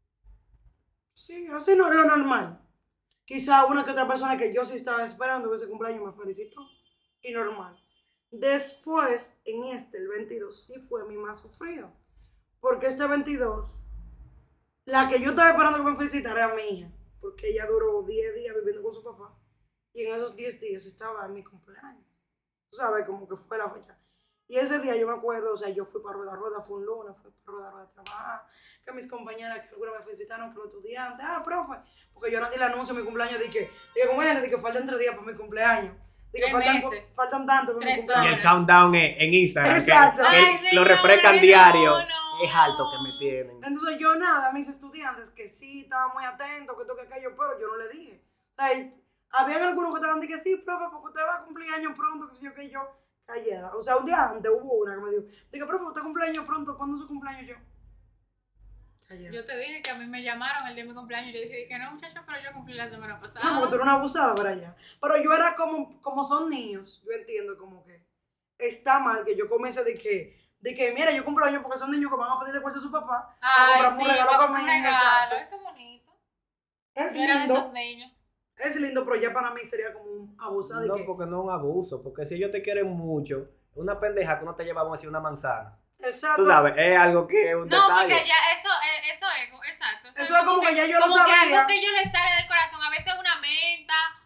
Sí, así no es lo normal. Quizá una que otra persona que yo sí estaba esperando que ese cumpleaños me felicitó. Y normal. Después, en este, el veintidós, sí fue mi más sufrido. Porque este veintidós, la que yo estaba esperando que me felicitara era mi hija. Porque ella duró diez días viviendo con su papá. Y en esos diez días estaba en mi cumpleaños. Tú sabes, como que fue la fecha. Y ese día yo me acuerdo, o sea, yo fui para Rueda Rueda, fue un lunes, fui para Rueda Rueda a trabajar, que mis compañeras, que algunas me felicitaron, que los estudiantes, ah, profe, porque yo no di el anuncio de mi cumpleaños, dije, dije, como gente, dije, faltan tres días para mi cumpleaños. Dije, Tres faltan, meses. faltan tanto para mi Tres Y cumpleaños. el countdown en, en Instagram, que- Exacto. que, Ay, lo señores, refrescan no, diario. no. Es alto que me tienen. Entonces yo nada, mis estudiantes, que sí estaban muy atentos, que esto, que aquello, pero yo no le dije. O sea, y habían algunos que estaban diciendo, sí, profe, porque usted va a cumplir años pronto, que sé yo, que yo, callada. O sea, un día antes hubo una que me dijo, dije, profe, usted cumpleaños pronto, ¿cuándo es su cumpleaños yo? Callada. Yo te dije que a mí me llamaron el día de mi cumpleaños y yo dije que no, muchachos, pero yo cumplí la semana pasada. No, porque tú eres una abusada para allá. Pero yo era como, como son niños, yo entiendo como que está mal que yo comience de que, de que, mira, yo cumplo años porque son niños que van a pedirle cuarto a su papá para Ay, comprarme sí, un regalo para para un mí. regalo, Exacto. eso es bonito. Es Yo era de lindo, esos niños. es lindo, pero ya para mí sería como un abusado. No, de que, porque no es un abuso, porque si ellos te quieren mucho, una pendeja que no te lleva, vamos a decir, una manzana. exacto. Tú sabes, es algo que es un No, detalle. porque ya eso, eh, eso es, exacto. Eso es como que ya yo lo como que sabía. algo que a ellos les sale del corazón. A veces una menta, un chocolate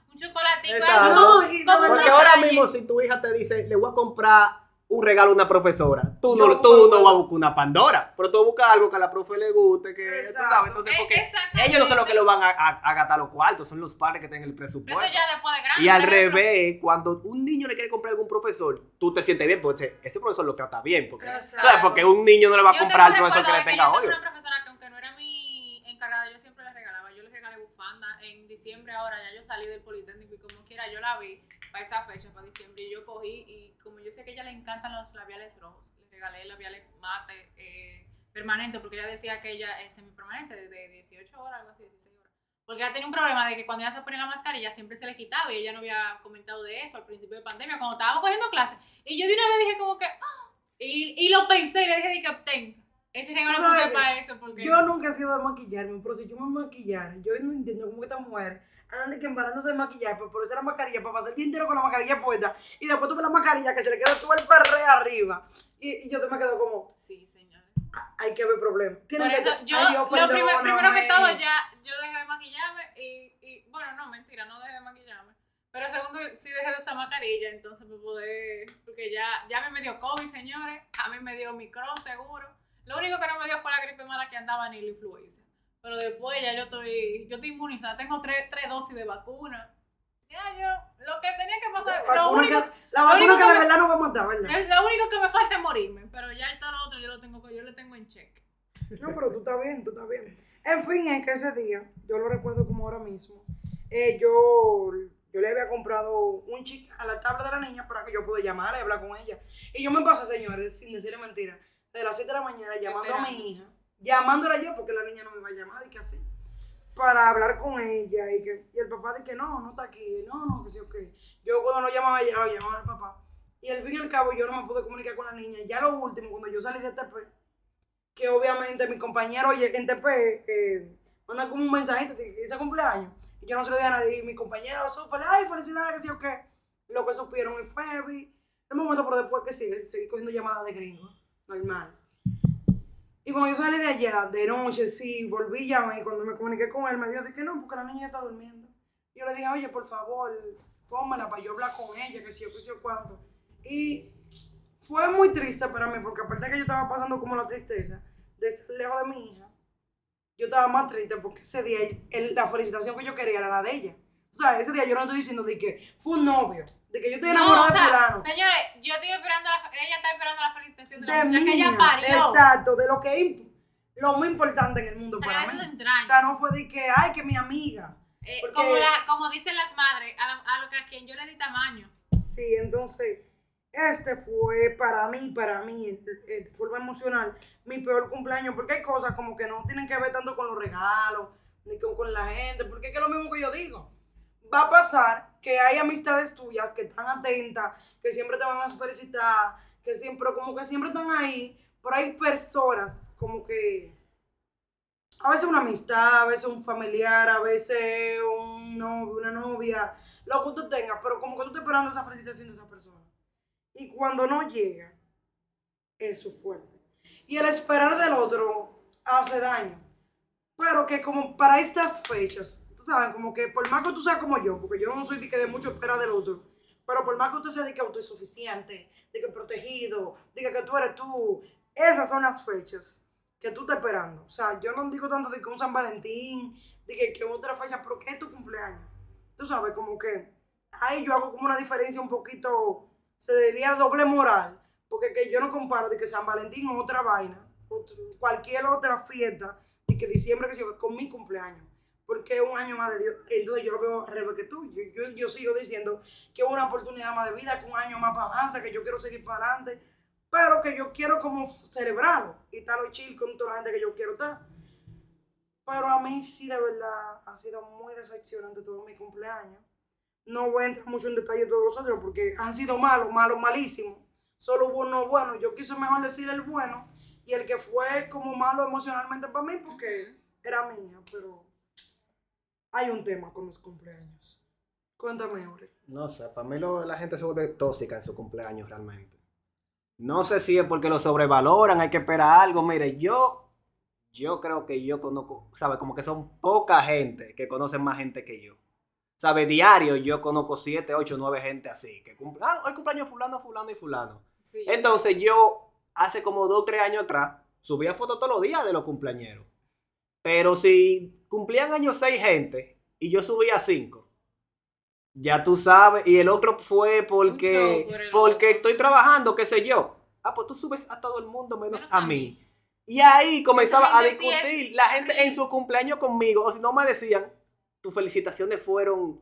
chocolatico. Exacto. Algo No, como, y de como verdad- un Porque ahora detalle. mismo, si tu hija te dice, le voy a comprar un regalo a una profesora, tú Yo no, tú busco- no vas a buscar una Pandora, pero tú buscas algo que a la profe le guste, que tú Exacto. sabes. Entonces, Eh, porque exactamente. ellos no son los que lo van a, a, a gastar los cuartos, son los padres que tienen el presupuesto. Eso ya después de grande. Y al por ejemplo. revés, cuando un niño le quiere comprar a algún profesor, tú te sientes bien, porque ese, ese profesor lo trata bien. Porque, Exacto. ¿sabes? Porque un niño no le va a Yo comprar al tengo profesor que recuerdo le de tenga yo tengo odio. una profesora que aunque no era mi encargada, yo siempre le regalaba. Yo le regalé bufanda. En diciembre ahora ya yo salí del Politécnico y como quiera yo la vi para esa fecha, para diciembre. Y yo cogí y como yo sé que a ella le encantan los labiales rojos, le regalé labiales mate eh, permanente porque ella decía que ella es semipermanente de, de dieciocho horas, algo así, dieciséis horas. Porque ella tenía un problema de que cuando ella se ponía la mascarilla siempre se le quitaba y ella no había comentado de eso al principio de pandemia, cuando estábamos cogiendo clases. Y yo de una vez dije como que, ah, y, y lo pensé y le dije, que obtén. Ese regalo ¿Tú no sabes fue qué? para eso. Porque... Yo nunca he sido de maquillarme, pero si yo me maquillara, yo no entiendo cómo que estas mujeres andan de que embarándose de maquillaje, por ponerse la mascarilla, para pasar el día entero con la mascarilla puesta, y después tú ves la mascarilla que se le queda todo el ferre arriba, y, y yo te me quedo como, Sí, señores. "Ah, hay que ver problemas. Tienen Por que eso ser- yo, ay, Dios, lo primer- primero que perdóname". todo, ya yo dejé de maquillarme y, y, bueno, no, mentira, no dejé de maquillarme. Pero segundo, sí dejé de usar mascarilla, entonces me pude, porque ya, ya a mí me dio COVID, señores, a mí me dio micro, seguro. Lo único que no me dio fue la gripe mala que andaba ni la influenza. Pero después ya yo estoy, yo estoy inmunizada, tengo tres, tres dosis de vacuna. Ya yo, lo que tenía que pasar, La lo vacuna único, que, la lo vacuna único que que de me- verdad no va a matar, ¿verdad? es lo único que me falta es morirme, pero ya todo lo otro yo lo tengo, yo lo tengo en check. No, pero tú estás bien, tú estás bien. En fin, es que ese día, yo lo recuerdo como ahora mismo, eh, yo, yo le había comprado un chip a la tabla de la niña para que yo pueda llamarla y hablar con ella. Y yo me pasé, señores, sin decirle mentira, de las siete de la mañana llamando a mi hija, llamándola yo porque la niña no me iba a llamar y que así, para hablar con ella. Y, que, y el papá dice que no, no está aquí, no, no, que sí, ok. Yo cuando lo llamaba a ella, lo llamaba al papá. Y al fin y al cabo yo no me pude comunicar con la niña. Ya lo último, cuando yo salí de T P, que obviamente mi compañero oye, en T P eh, manda como un mensajito de que dice cumpleaños. Y yo no se lo dije a nadie. Y mi compañero súper, ay, felicidades, que sí o qué. Lo que supieron y fue heavy. El momento, pero después que sigue, seguí cogiendo llamadas de gringos. Normal. Y cuando yo salí de allá, de noche, sí, volví, llamé. Y cuando me comuniqué con él, me dijo de que no, porque la niña ya está durmiendo. Y yo le dije, oye, por favor, pónmela para yo hablar con ella, que sí o que sí o cuánto. Y fue muy triste para mí, porque aparte de que yo estaba pasando como la tristeza de estar lejos de mi hija, yo estaba más triste porque ese día el- la felicitación que yo quería era la de ella. O sea, ese día yo no estoy diciendo de que fue un novio, de que yo estoy enamorada o sea, de fulano. señores, yo estoy esperando, la, ella está esperando la felicitación de la De muchacha mi que ella hija, parió. exacto, de lo que es imp- lo muy importante en el mundo O sea, para eso mí. es entraña. O sea, no fue de que, ay, que mi amiga. Eh, porque- como, la, como dicen las madres, a, la- a lo que a quien yo le di tamaño. Sí, entonces, este fue para mí, para mí, de forma emocional, mi peor cumpleaños, porque hay cosas como que no tienen que ver tanto con los regalos, ni con, con la gente, porque es que es lo mismo que yo digo. Va a pasar que hay amistades tuyas que están atentas, que siempre te van a felicitar, que siempre, como que siempre están ahí, pero hay personas como que, a veces una amistad, a veces un familiar, a veces un novio, una novia, lo que tú tengas, pero como que tú estás esperando esa felicitación de esa persona. Y cuando no llega, eso es fuerte. Y el esperar del otro hace daño. Pero que como para estas fechas, tú sabes, como que por más que tú seas como yo, porque yo no soy de que de mucho esperar del otro, pero por más que usted sea de que autosuficiente, de que protegido, de que, que tú eres tú, esas son las fechas que tú estás esperando. O sea, yo no digo tanto de que un San Valentín, de que, que otra fecha, pero que es tu cumpleaños. Tú sabes, como que ahí yo hago como una diferencia un poquito, se diría doble moral, porque que yo no comparo de que San Valentín o otra vaina, otro- cualquier otra fiesta, y que diciembre que sigo con mi cumpleaños, porque es un año más de Dios. Entonces yo lo veo al revés que tú. Yo, yo, yo sigo diciendo que es una oportunidad más de vida, que un año más para avanzar, que yo quiero seguir para adelante, pero que yo quiero como celebrarlo y estar chill con toda la gente que yo quiero estar. Pero a mí sí, de verdad, ha sido muy decepcionante todo mi cumpleaños. No voy a entrar mucho en detalle de todos los otros porque han sido malos, malos, malísimos. Solo hubo uno bueno. Yo quise mejor decir el bueno y el que fue como malo emocionalmente para mí porque era mía, pero hay un tema con los cumpleaños. Cuéntame, Ori. No sé, para mí lo- la gente se vuelve tóxica en su cumpleaños realmente. No sé si es porque lo sobrevaloran, hay que esperar algo. Mire, yo, yo creo que yo conozco, ¿sabes? Como que son poca gente que conocen más gente que yo. ¿Sabes? Diario yo conozco siete, ocho, nueve gente así. Que cumple, ah, hoy cumpleaños fulano, fulano y fulano. Sí. Entonces yo, hace como dos o tres años atrás, subía fotos todos los días de los cumpleañeros. Pero si cumplían años seis gente y yo subía cinco, ya tú sabes, y el otro fue porque, por porque otro. estoy trabajando, qué sé yo. Ah, pues tú subes a todo el mundo menos, Menos a, a mí. mí. Y ahí comenzaba a gente sí discutir. es La gente en horrible. su cumpleaños conmigo, o si no me decían, tus felicitaciones fueron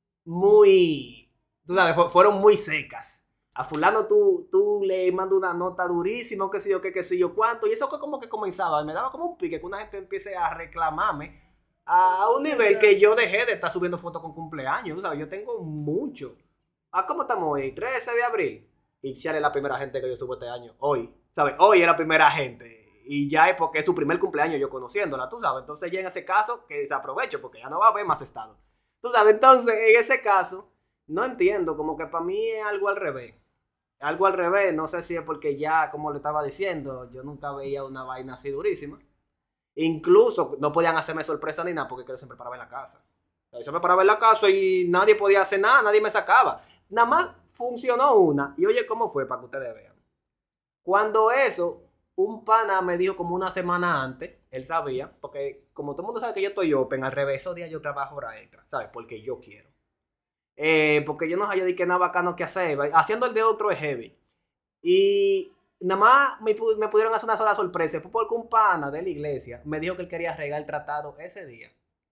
muy, tú sabes, fu- fueron muy secas. A fulano tú, tú le mandas una nota durísima, qué sé yo, qué, qué sé yo, cuánto. Y eso fue como que comenzaba, y me daba como un pique que una gente empiece a reclamarme a un nivel que yo dejé de estar subiendo fotos con cumpleaños. ¿Sabes? Yo tengo mucho. ¿Ah, cómo estamos hoy? trece de abril. Y Xiara es la primera gente que yo subo este año. Hoy. ¿Sabes? Hoy es la primera gente. Y ya es porque es su primer cumpleaños yo conociéndola, tú sabes. Entonces ya en ese caso que se aproveche porque ya no va a haber más estado. Tú sabes, entonces en ese caso no entiendo, como que para mí es algo al revés. Algo al revés, no sé si es porque ya, como le estaba diciendo, yo nunca veía una vaina así durísima. Incluso no podían hacerme sorpresa ni nada porque yo siempre paraba en la casa. Yo siempre paraba en la casa y nadie podía hacer nada, nadie me sacaba. Nada más funcionó una. Y oye, ¿cómo fue? Para que ustedes vean. Cuando eso, un pana me dijo como una semana antes, él sabía, porque como todo el mundo sabe que yo estoy open, al revés, esos días yo trabajo hora extra, ¿sabes? Porque yo quiero. Eh, porque yo no sabía de qué nada bacano que hacer. Haciendo el de otro es heavy. Y nada más me, me pudieron hacer una sola sorpresa. Fue porque un pana de la iglesia me dijo que él quería regar el tratado ese día.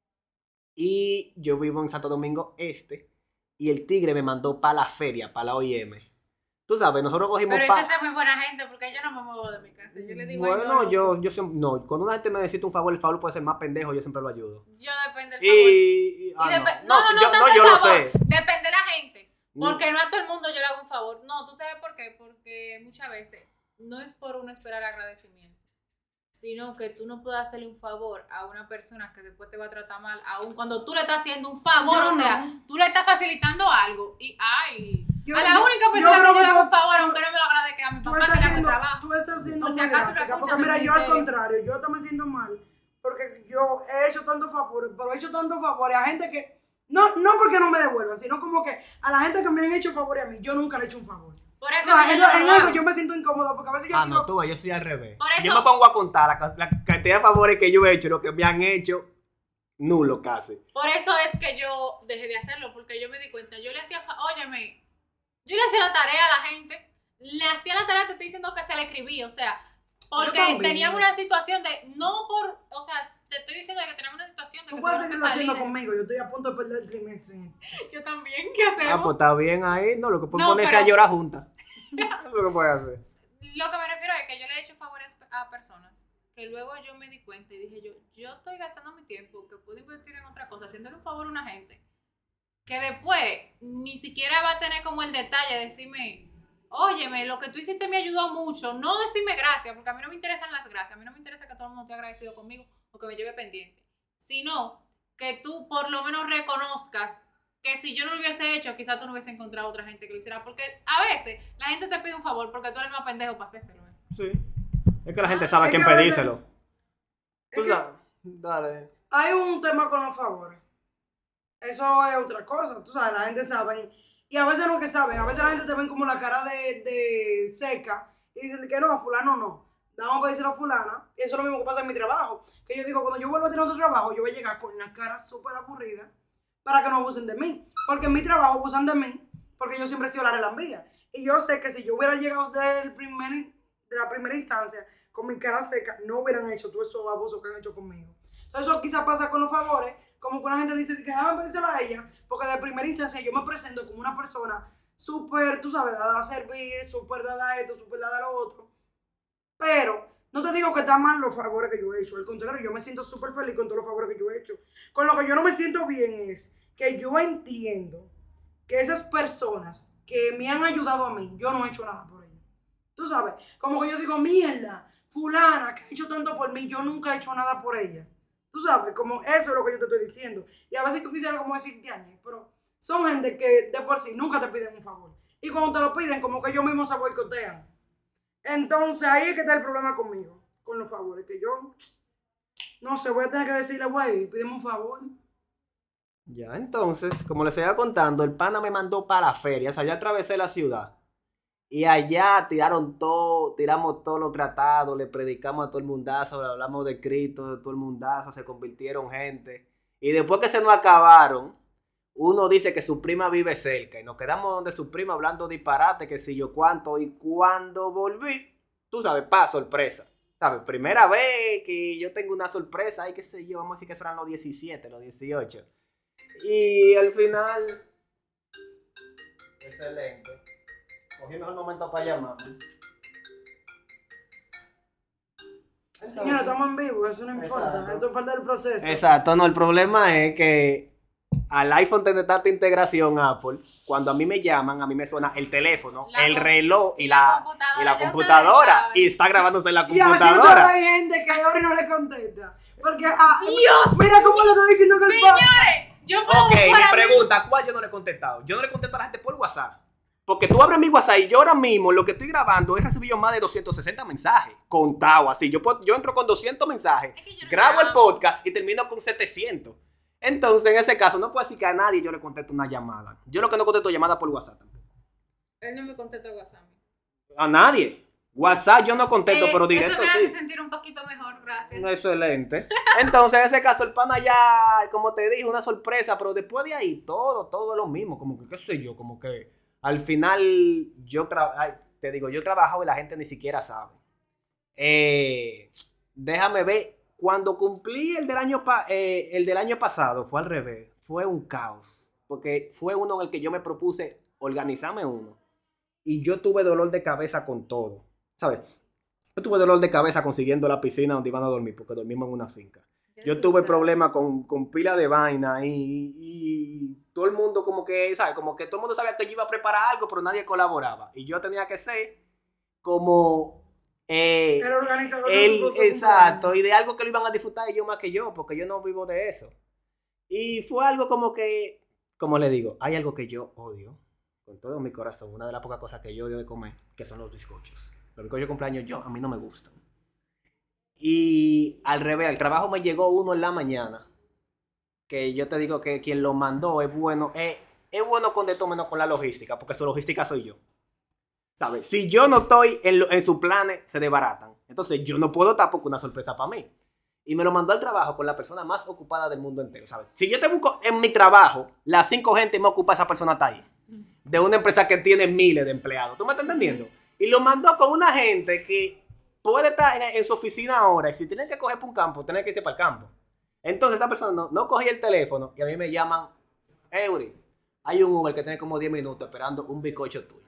Y yo vivo en Santo Domingo Este. Y el tigre me mandó para la feria, para la O I M. Tú sabes, nosotros cogimos Pero pa... esa es muy buena gente porque yo no me muevo de mi casa. Yo le digo, Bueno, ay, no, yo, no. yo siempre... No, cuando una gente me necesita un favor, el favor puede ser más pendejo, yo siempre lo ayudo. Yo depende del favor. Y... y- ah, Y no. depe- No, no, si no, yo, no, no, tanto yo el lo favor. sé. Depende de la gente. Mm. Porque no a todo el mundo yo le hago un favor. No, ¿tú sabes por qué? Porque muchas veces no es por uno esperar agradecimiento, sino que tú no puedes hacerle un favor a una persona que después te va a tratar mal, aun cuando tú le estás haciendo un favor, Yo o sea, no. tú le estás facilitando algo y ay, Yo- a la yo- única yo persona creo que yo que le hago un tú- favor, tú- aunque no me lo agradezca, a mi Tú papá que estás le hago el haciendo, trabajo. tú estás siendo Por si muy acaso lo drástica, escuchan porque de mira, yo al criterio. contrario, yo también me siento mal, porque yo he hecho tantos favores, pero he hecho tantos favores a gente que, no, no porque no me devuelvan, sino como que a la gente que me han hecho favores a mí, yo nunca le he hecho un favor. Por O eso sea, que en, yo no en lo eso hago. yo me siento incómoda, porque a veces yo Ah, digo, no, tú ves, yo soy al revés. Por Si yo eso- me pongo a contar la, ca- la cantidad de favores que yo he hecho, lo que me han hecho, nulo casi. Por eso es que yo dejé de hacerlo, porque yo me di cuenta, yo le hacía, fa- óyeme, yo le hacía la tarea a la gente, le hacía la tarea, te estoy diciendo que se le escribí, o sea, porque también. tenían una situación de, no por, o sea, te estoy diciendo que teníamos una situación de tú que puedes tuvieron que seguirlo haciendo salir. conmigo, yo estoy a punto de perder el trimestre. Yo también, ¿qué hacemos? Ah, pues está bien ahí, no, lo que pueden No, ponerse pero- a llorar juntas. Eso es lo que puede hacer. Lo que me refiero es que yo le he hecho favores a personas que luego yo me di cuenta y dije yo, yo estoy gastando mi tiempo que puedo invertir en otra cosa, haciéndole un favor a una gente que después ni siquiera va a tener como el detalle de decirme, óyeme, lo que tú hiciste me ayudó mucho, no decirme gracias, porque a mí no me interesan las gracias, a mí no me interesa que todo el mundo esté agradecido conmigo o que me lleve pendiente, sino que tú por lo menos reconozcas que si yo no lo hubiese hecho, quizás tú no hubiese encontrado otra gente que lo hiciera. Porque a veces la gente te pide un favor porque tú eres el más pendejo para hacérselo. ¿eh? Sí. Es que la gente sabe a Es quién que a veces- pedírselo. Tú es que- sabes. Dale. Hay un tema con los favores. Eso es otra cosa, tú sabes, la gente sabe. Y a veces no que saben, a veces la gente te ven como la cara de, de seca y dicen que no, fulano no. Vamos a pedírselo a fulana. Y eso es lo mismo que pasa en mi trabajo. Que yo digo, cuando yo vuelvo a tener otro trabajo, yo voy a llegar con la cara súper aburrida para que no abusen de mí. Porque en mi trabajo abusan de mí porque yo siempre he sido la relambía. Y yo sé que si yo hubiera llegado del primer, de la primera instancia con mi cara seca, no hubieran hecho todos esos abusos que han hecho conmigo. Entonces eso quizás pasa con los favores, como que una gente dice que déjame pedírselo a ella, porque de primera instancia yo me presento como una persona súper, tú sabes, dada a servir, súper dada a esto, súper dada a lo otro. Pero no te digo que están mal los favores que yo he hecho, al contrario, yo me siento súper feliz con todos los favores que yo he hecho. Con lo que yo no me siento bien es que yo entiendo que esas personas que me han ayudado a mí, yo no he hecho nada por ellas. Tú sabes, como que yo digo, mierda, fulana que ha hecho tanto por mí, yo nunca he hecho nada por ella. Tú sabes, como eso es lo que yo te estoy diciendo. Y a veces yo quisiera como decir, Diañe, pero son gente que de por sí nunca te piden un favor. Y cuando te lo piden, como que ellos mismos se boicotean. Entonces ahí es que está el problema conmigo, con los favores, que yo, no sé, voy a tener que decirle, güey, pídeme un favor. Ya, entonces, como les iba contando, el pana me mandó para la feria, o sea, yo atravesé la ciudad. Y allá tiraron todo, tiramos todos los tratados, le predicamos a todo el mundazo, le hablamos de Cristo, de todo el mundazo, se convirtieron gente. Y después que se nos acabaron, uno dice que su prima vive cerca y nos quedamos donde su prima hablando disparate, que si yo cuánto. Y cuando volví, tú sabes, pa, sorpresa. ¿Sabes? Primera vez que yo tengo una sorpresa, ay, qué sé yo, vamos a decir que serán los diecisiete, los dieciocho. Y al final, excelente. Cogimos el momento para llamarme. Señora, estamos en vivo, eso no importa. Exacto. Esto es parte del proceso. Exacto, no, el problema es que al iPhone tiene tanta integración Apple, cuando a mí me llaman, a mí me suena el teléfono, La el com- reloj y y la, la computadora, y la ya computadora. ustedes saben. Y está grabándose en la Y así computadora. hay gente que a Ori no le contesta. Porque, ah, Dios. mira cómo lo está diciendo que el Señores, yo puedo Ok, buscar mi a mí- pregunta, ¿cuál yo no le he contestado? Yo no le contesto a la gente por WhatsApp. Porque tú abres mi WhatsApp y yo ahora mismo lo que estoy grabando he recibido más de doscientos sesenta mensajes. Contado así. Yo, puedo- yo entro con doscientos mensajes, Es que yo no grabo el grabo. podcast y termino con setecientos. Entonces, en ese caso, no puedo decir que a nadie yo le contesto una llamada. Yo lo que no contesto llamada por WhatsApp tampoco. Él no me contesta WhatsApp. A nadie. WhatsApp yo no contesto, Eh, pero directo Eso me hace sí. sentir un poquito mejor, gracias. Excelente. Entonces, en ese caso, el pana ya, como te dije, una sorpresa, pero después de ahí, todo, todo es lo mismo. Como que, qué sé yo, como que al final, yo tra- ay, te digo, yo he trabajado y la gente ni siquiera sabe. Eh, déjame ver, cuando cumplí el del año, pa- eh, el del año pasado, fue al revés, fue un caos. Porque fue uno en el que yo me propuse organizarme uno. Y yo tuve dolor de cabeza con todo, ¿sabes? Yo tuve dolor de cabeza consiguiendo la piscina donde iban a dormir, porque dormimos en una finca. Ya Yo tú tuve sabes. problemas con, con pila de vaina y, y todo el mundo como que, ¿sabes? Como que todo el mundo sabía que yo iba a preparar algo, pero nadie colaboraba. Y yo tenía que ser como eh, El organizador de el, tu propio exacto, cumpleaños. y de algo que lo iban a disfrutar ellos más que yo, porque yo no vivo de eso. Y fue algo como que, como le digo, hay algo que yo odio con todo mi corazón. Una de las pocas cosas que yo odio de comer, que son los bizcochos. Los bizcochos de cumpleaños yo, a mí no me gustan. Y al revés, al trabajo me llegó uno en la mañana, que yo te digo que quien lo mandó es bueno, es, es bueno con de todo menos con la logística, porque su logística soy yo. ¿Sabes? Si yo no estoy en, lo- en sus planes, se desbaratan. Entonces yo no puedo estar porque una sorpresa para mí. Y me lo mandó al trabajo con la persona más ocupada del mundo entero, ¿sabes? Si yo te busco en mi trabajo, las cinco gente más ocupadas, esa persona está ahí. De una empresa que tiene miles de empleados. ¿Tú me estás entendiendo? Y lo mandó con una gente que puede estar en, en su oficina ahora y si tienen que coger para un campo, tienen que irse para el campo. Entonces esa persona no, no cogía el teléfono y a mí me llaman, Eury, hay un Uber que tiene como diez minutos esperando un bizcocho tuyo.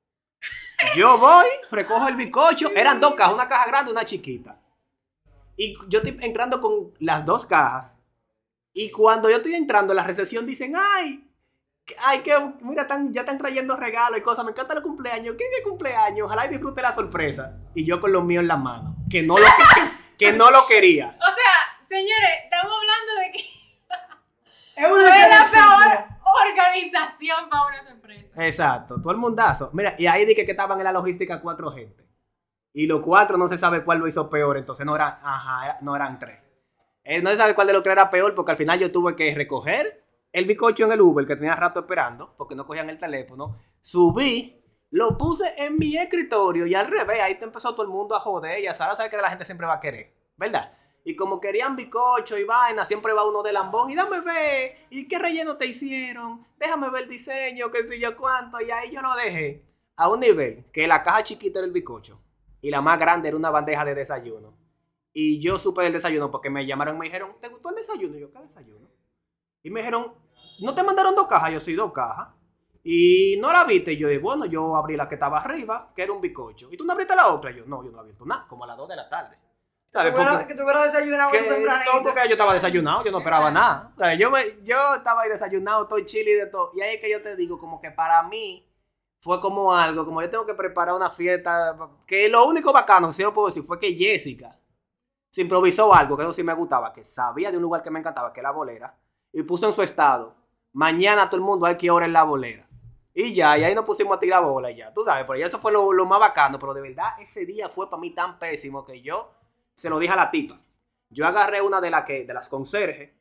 Yo voy, recojo el bizcocho, eran dos cajas, una caja grande y una chiquita. Y yo estoy entrando con las dos cajas. Y cuando yo estoy entrando, la recepción dicen, ay, que- ay, que mira, están, ya están trayendo regalos y cosas. Me encantan los cumpleaños. ¿Qué es el cumpleaños? Ojalá y disfrute la sorpresa. Y yo con los míos en la mano. Que no lo, que, que no lo quería. O sea, señores, estamos hablando de que Es una fue la excelente peor organización para una sorpresa. Exacto, todo el mundazo. Mira, y ahí dije que estaban en la logística cuatro gente. Y los cuatro no se sabe cuál lo hizo peor. Entonces no eran, ajá, era- no eran tres. Eh, no se sabe cuál de los tres era peor porque al final yo tuve que recoger el bizcocho en el Uber que tenía rato esperando porque no cogían el teléfono. Subí, lo puse en mi escritorio y al revés, ahí te empezó todo el mundo a joder. Y a Sara sabe que la gente siempre va a querer, ¿verdad? Y como querían bizcocho y vaina, siempre va uno de lambón. Y dame ver, ¿y qué relleno te hicieron? Déjame ver el diseño, qué sé yo cuánto. Y ahí yo lo dejé a un nivel que la caja chiquita era el bizcocho y la más grande era una bandeja de desayuno. Y yo supe del desayuno porque me llamaron y me dijeron, ¿te gustó el desayuno? Y yo, ¿qué desayuno? Y me dijeron, ¿no te mandaron dos cajas? Yo, sí, dos cajas. Y no la viste. Y yo dije, bueno, yo abrí la que estaba arriba, que era un bizcocho. ¿Y tú no abriste la otra? Y yo, no, yo no he abierto nada, como a las dos de la tarde. ¿Sabes? Que tuviera- Porque- que tuviera desayunado que- muy tempranito. no, porque yo estaba desayunado, yo no esperaba nada. O sea, yo, me, yo estaba ahí desayunado, todo chile y de todo. Y ahí es que yo te digo, como que para mí fue como algo, como yo tengo que preparar una fiesta, que lo único bacano, si lo puedo decir, fue que Jessica se improvisó algo, que eso sí me gustaba, que sabía de un lugar que me encantaba, que es la bolera, y puso en su estado, mañana todo el mundo hay que orar en la bolera. Y ya, y ahí nos pusimos a tirar bola y ya, tú sabes, pero ya eso fue lo, lo más bacano, pero de verdad ese día fue para mí tan pésimo que yo se lo dije a la tipa. Yo agarré una de, la que, de las conserjes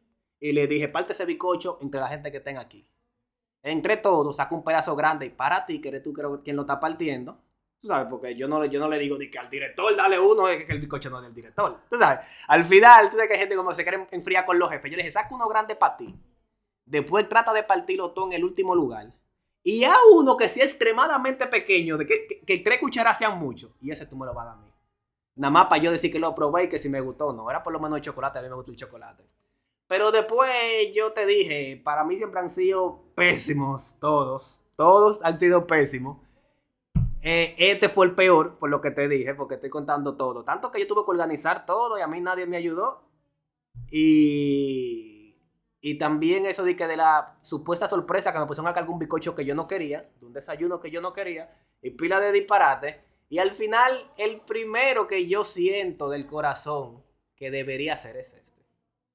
y le dije, parte ese bizcocho entre la gente que estén aquí. Entre todos, saco un pedazo grande y para ti, que eres tú creo, quien lo está partiendo. Tú sabes, porque yo no, yo no le digo de que al director dale uno, es que el bizcocho no es del director. Tú sabes, al final, tú sabes que hay gente como se quiere enfriar con los jefes. Yo le dije, saca uno grande para ti. Después trata de partirlo todo en el último lugar. Y a uno que sea extremadamente pequeño, de que, que, que tres cucharadas sean mucho. Y ese tú me lo vas a dar a mí. Nada más para yo decir que lo probé y que si me gustó o no. Era por lo menos el chocolate, a mí me gustó el chocolate. Pero después yo te dije, para mí siempre han sido pésimos todos. Todos han sido pésimos. Eh, este fue el peor, por lo que te dije, porque estoy contando todo. Tanto que yo tuve que organizar todo y a mí nadie me ayudó. Y... Y también eso de que de la supuesta sorpresa que me pusieron a cargar un bizcocho que yo no quería, de un desayuno que yo no quería, y pila de disparate. Y al final, el primero que yo siento del corazón que debería ser es este.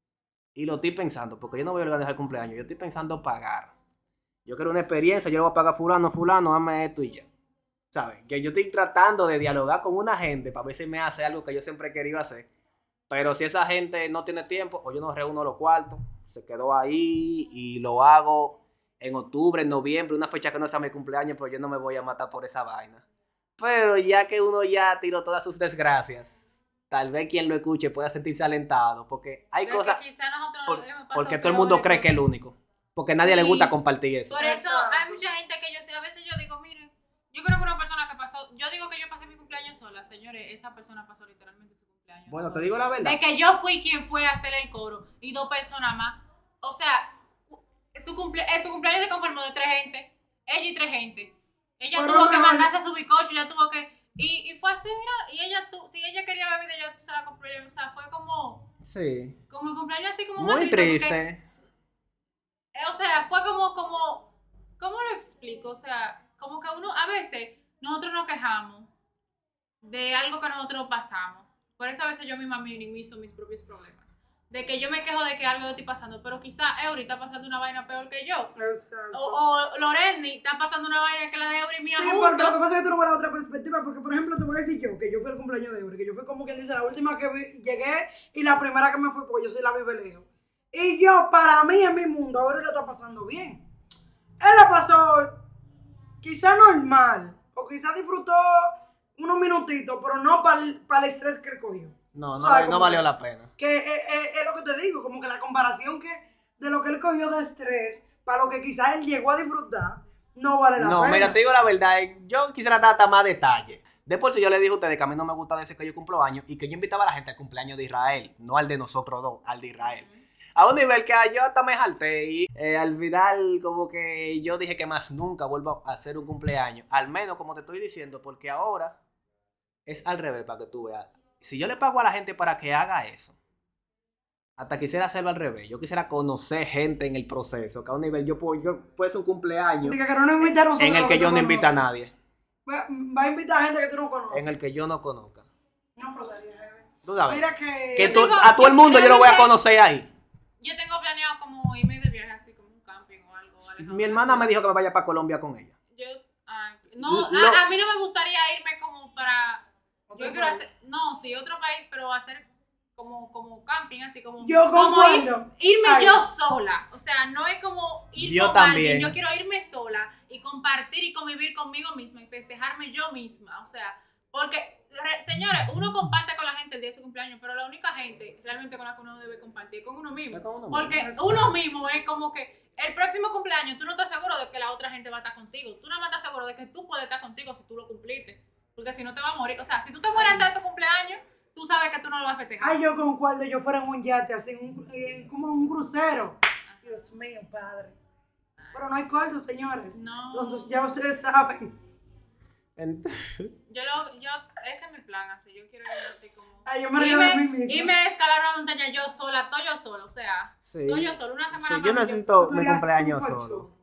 Y lo estoy pensando, porque yo no voy a organizar el cumpleaños, yo estoy pensando pagar. Yo quiero una experiencia, yo le voy a pagar a fulano, fulano, dame esto y ya. ¿Sabes? Que yo estoy tratando de dialogar con una gente para ver si me hace algo que yo siempre he querido hacer. Pero si esa gente no tiene tiempo, o yo no reúno los cuartos, se quedó ahí y lo hago en octubre, en noviembre, una fecha que no sea mi cumpleaños, pero yo no me voy a matar por esa vaina. Pero ya que uno ya tiró todas sus desgracias, tal vez quien lo escuche pueda sentirse alentado, porque hay Pero cosas... que quizá nosotros por, lo hemos pasado porque todo el mundo peor, cree que es el único. Porque a nadie Sí. le gusta compartir eso. Por eso Exacto. hay mucha gente que yo sé, a veces yo digo, miren, yo creo que una persona que pasó, yo digo que yo pasé mi cumpleaños sola, señores, esa persona pasó literalmente su cumpleaños Bueno, sola. te digo la verdad. De que yo fui quien fue a hacer el coro y dos personas más. O sea, su, cumple, eh, su cumpleaños se conformó de tres gente, ella y tres gente. Ella Pero tuvo no, que no, mandarse su bizcocho, ella tuvo que... Y, y fue así, mira, y ella, tu, si ella quería bebida, ella se la compró, o sea, fue como... Sí. Como el cumpleaños así como Muy más triste. porque, eh, o sea, fue como, como, ¿cómo lo explico? O sea, como que uno, a veces, nosotros nos quejamos de algo que nosotros pasamos. Por eso a veces yo misma minimizo mis propios problemas. De que yo me quejo de que algo yo estoy pasando, pero quizá Eury está pasando una vaina peor que yo. Exacto. O, o Lorendi está pasando una vaina que la de Eury y mía Sí, juntos. porque lo que pasa es que tú no ves la otra perspectiva, porque por ejemplo te voy a decir yo, que yo fui al cumpleaños de Eury, que yo fui como quien dice la última que vi, llegué y la primera que me fui, porque yo soy la vive lejos. Y yo, para mí, en mi mundo, Eury lo está pasando bien. Él la pasó quizá normal, o quizá disfrutó unos minutitos, pero no para el estrés que él cogió. No, no, Ay, no como- valió la pena. Que es, es- es lo que te digo, como que la comparación que de lo que él cogió de estrés para lo que quizás él llegó a disfrutar, no vale la No, pena. mira, te digo la verdad, eh, yo quisiera dar hasta más detalle. De por sí yo le dije a ustedes que a mí no me gusta decir que yo cumplo años y que yo invitaba a la gente al cumpleaños de Israel, no al de nosotros dos, al de Israel. A un nivel que yo hasta me jalté y eh, al final como que yo dije que más nunca vuelvo a hacer un cumpleaños. Al menos como te estoy diciendo, porque ahora es al revés para que tú veas. Si yo le pago a la gente para que haga eso, hasta quisiera hacerlo al revés. Yo quisiera conocer gente en el proceso, que a un nivel yo puedo, yo puedo hacer un cumpleaños Diga que no nos invitaron en el que yo no invito a nadie. nadie, Va, va a invitar a gente que tú no conoces. en el que yo no conozca. No, pero sería heavy. Tú sabes, Mira que... que Yo tú- tengo- a todo el mundo yo lo voy a realmente- conocer ahí. Yo tengo planeado como irme de viaje así como un camping o algo. alejado Mi de hermana la me ciudad. dijo que me vaya para Colombia con ella. Yo, ah, no, Lo- a, a mí no me gustaría irme como para... Otro Yo quiero país. hacer, no, sí, otro país, pero hacer como, como camping, así como... Yo como ir- concuerdo. irme Ay. yo sola, o sea, no es como ir Yo con también. alguien, yo quiero irme sola y compartir y convivir conmigo misma y festejarme yo misma, o sea, porque, re- señores, uno comparte con la gente el día de su cumpleaños, pero la única gente realmente con la que uno debe compartir es con uno mismo, Es con uno mismo. porque Exacto. uno mismo es como que el próximo cumpleaños tú no estás seguro de que la otra gente va a estar contigo, tú nada más estás seguro de que tú puedes estar contigo si tú lo cumpliste, porque si no te va a morir, o sea, si tú te mueres antes de tu cumpleaños, tú sabes que tú no lo vas a festejar. Ay, yo concuerdo, yo fuera en un yate, así, en un- en- como un crucero. Dios mío, padre. Pero no hay cuarto, señores. No. Entonces ya ustedes saben. Ent- Yo lo, yo, ese es mi plan, así, yo quiero ir así como... Ay, yo me río de mí misma. Y me escalar una montaña yo sola, todo yo solo, o sea, Sí. todo yo solo, una semana Sí, para yo mí, necesito Eso mi sería cumpleaños súper solo. chulo.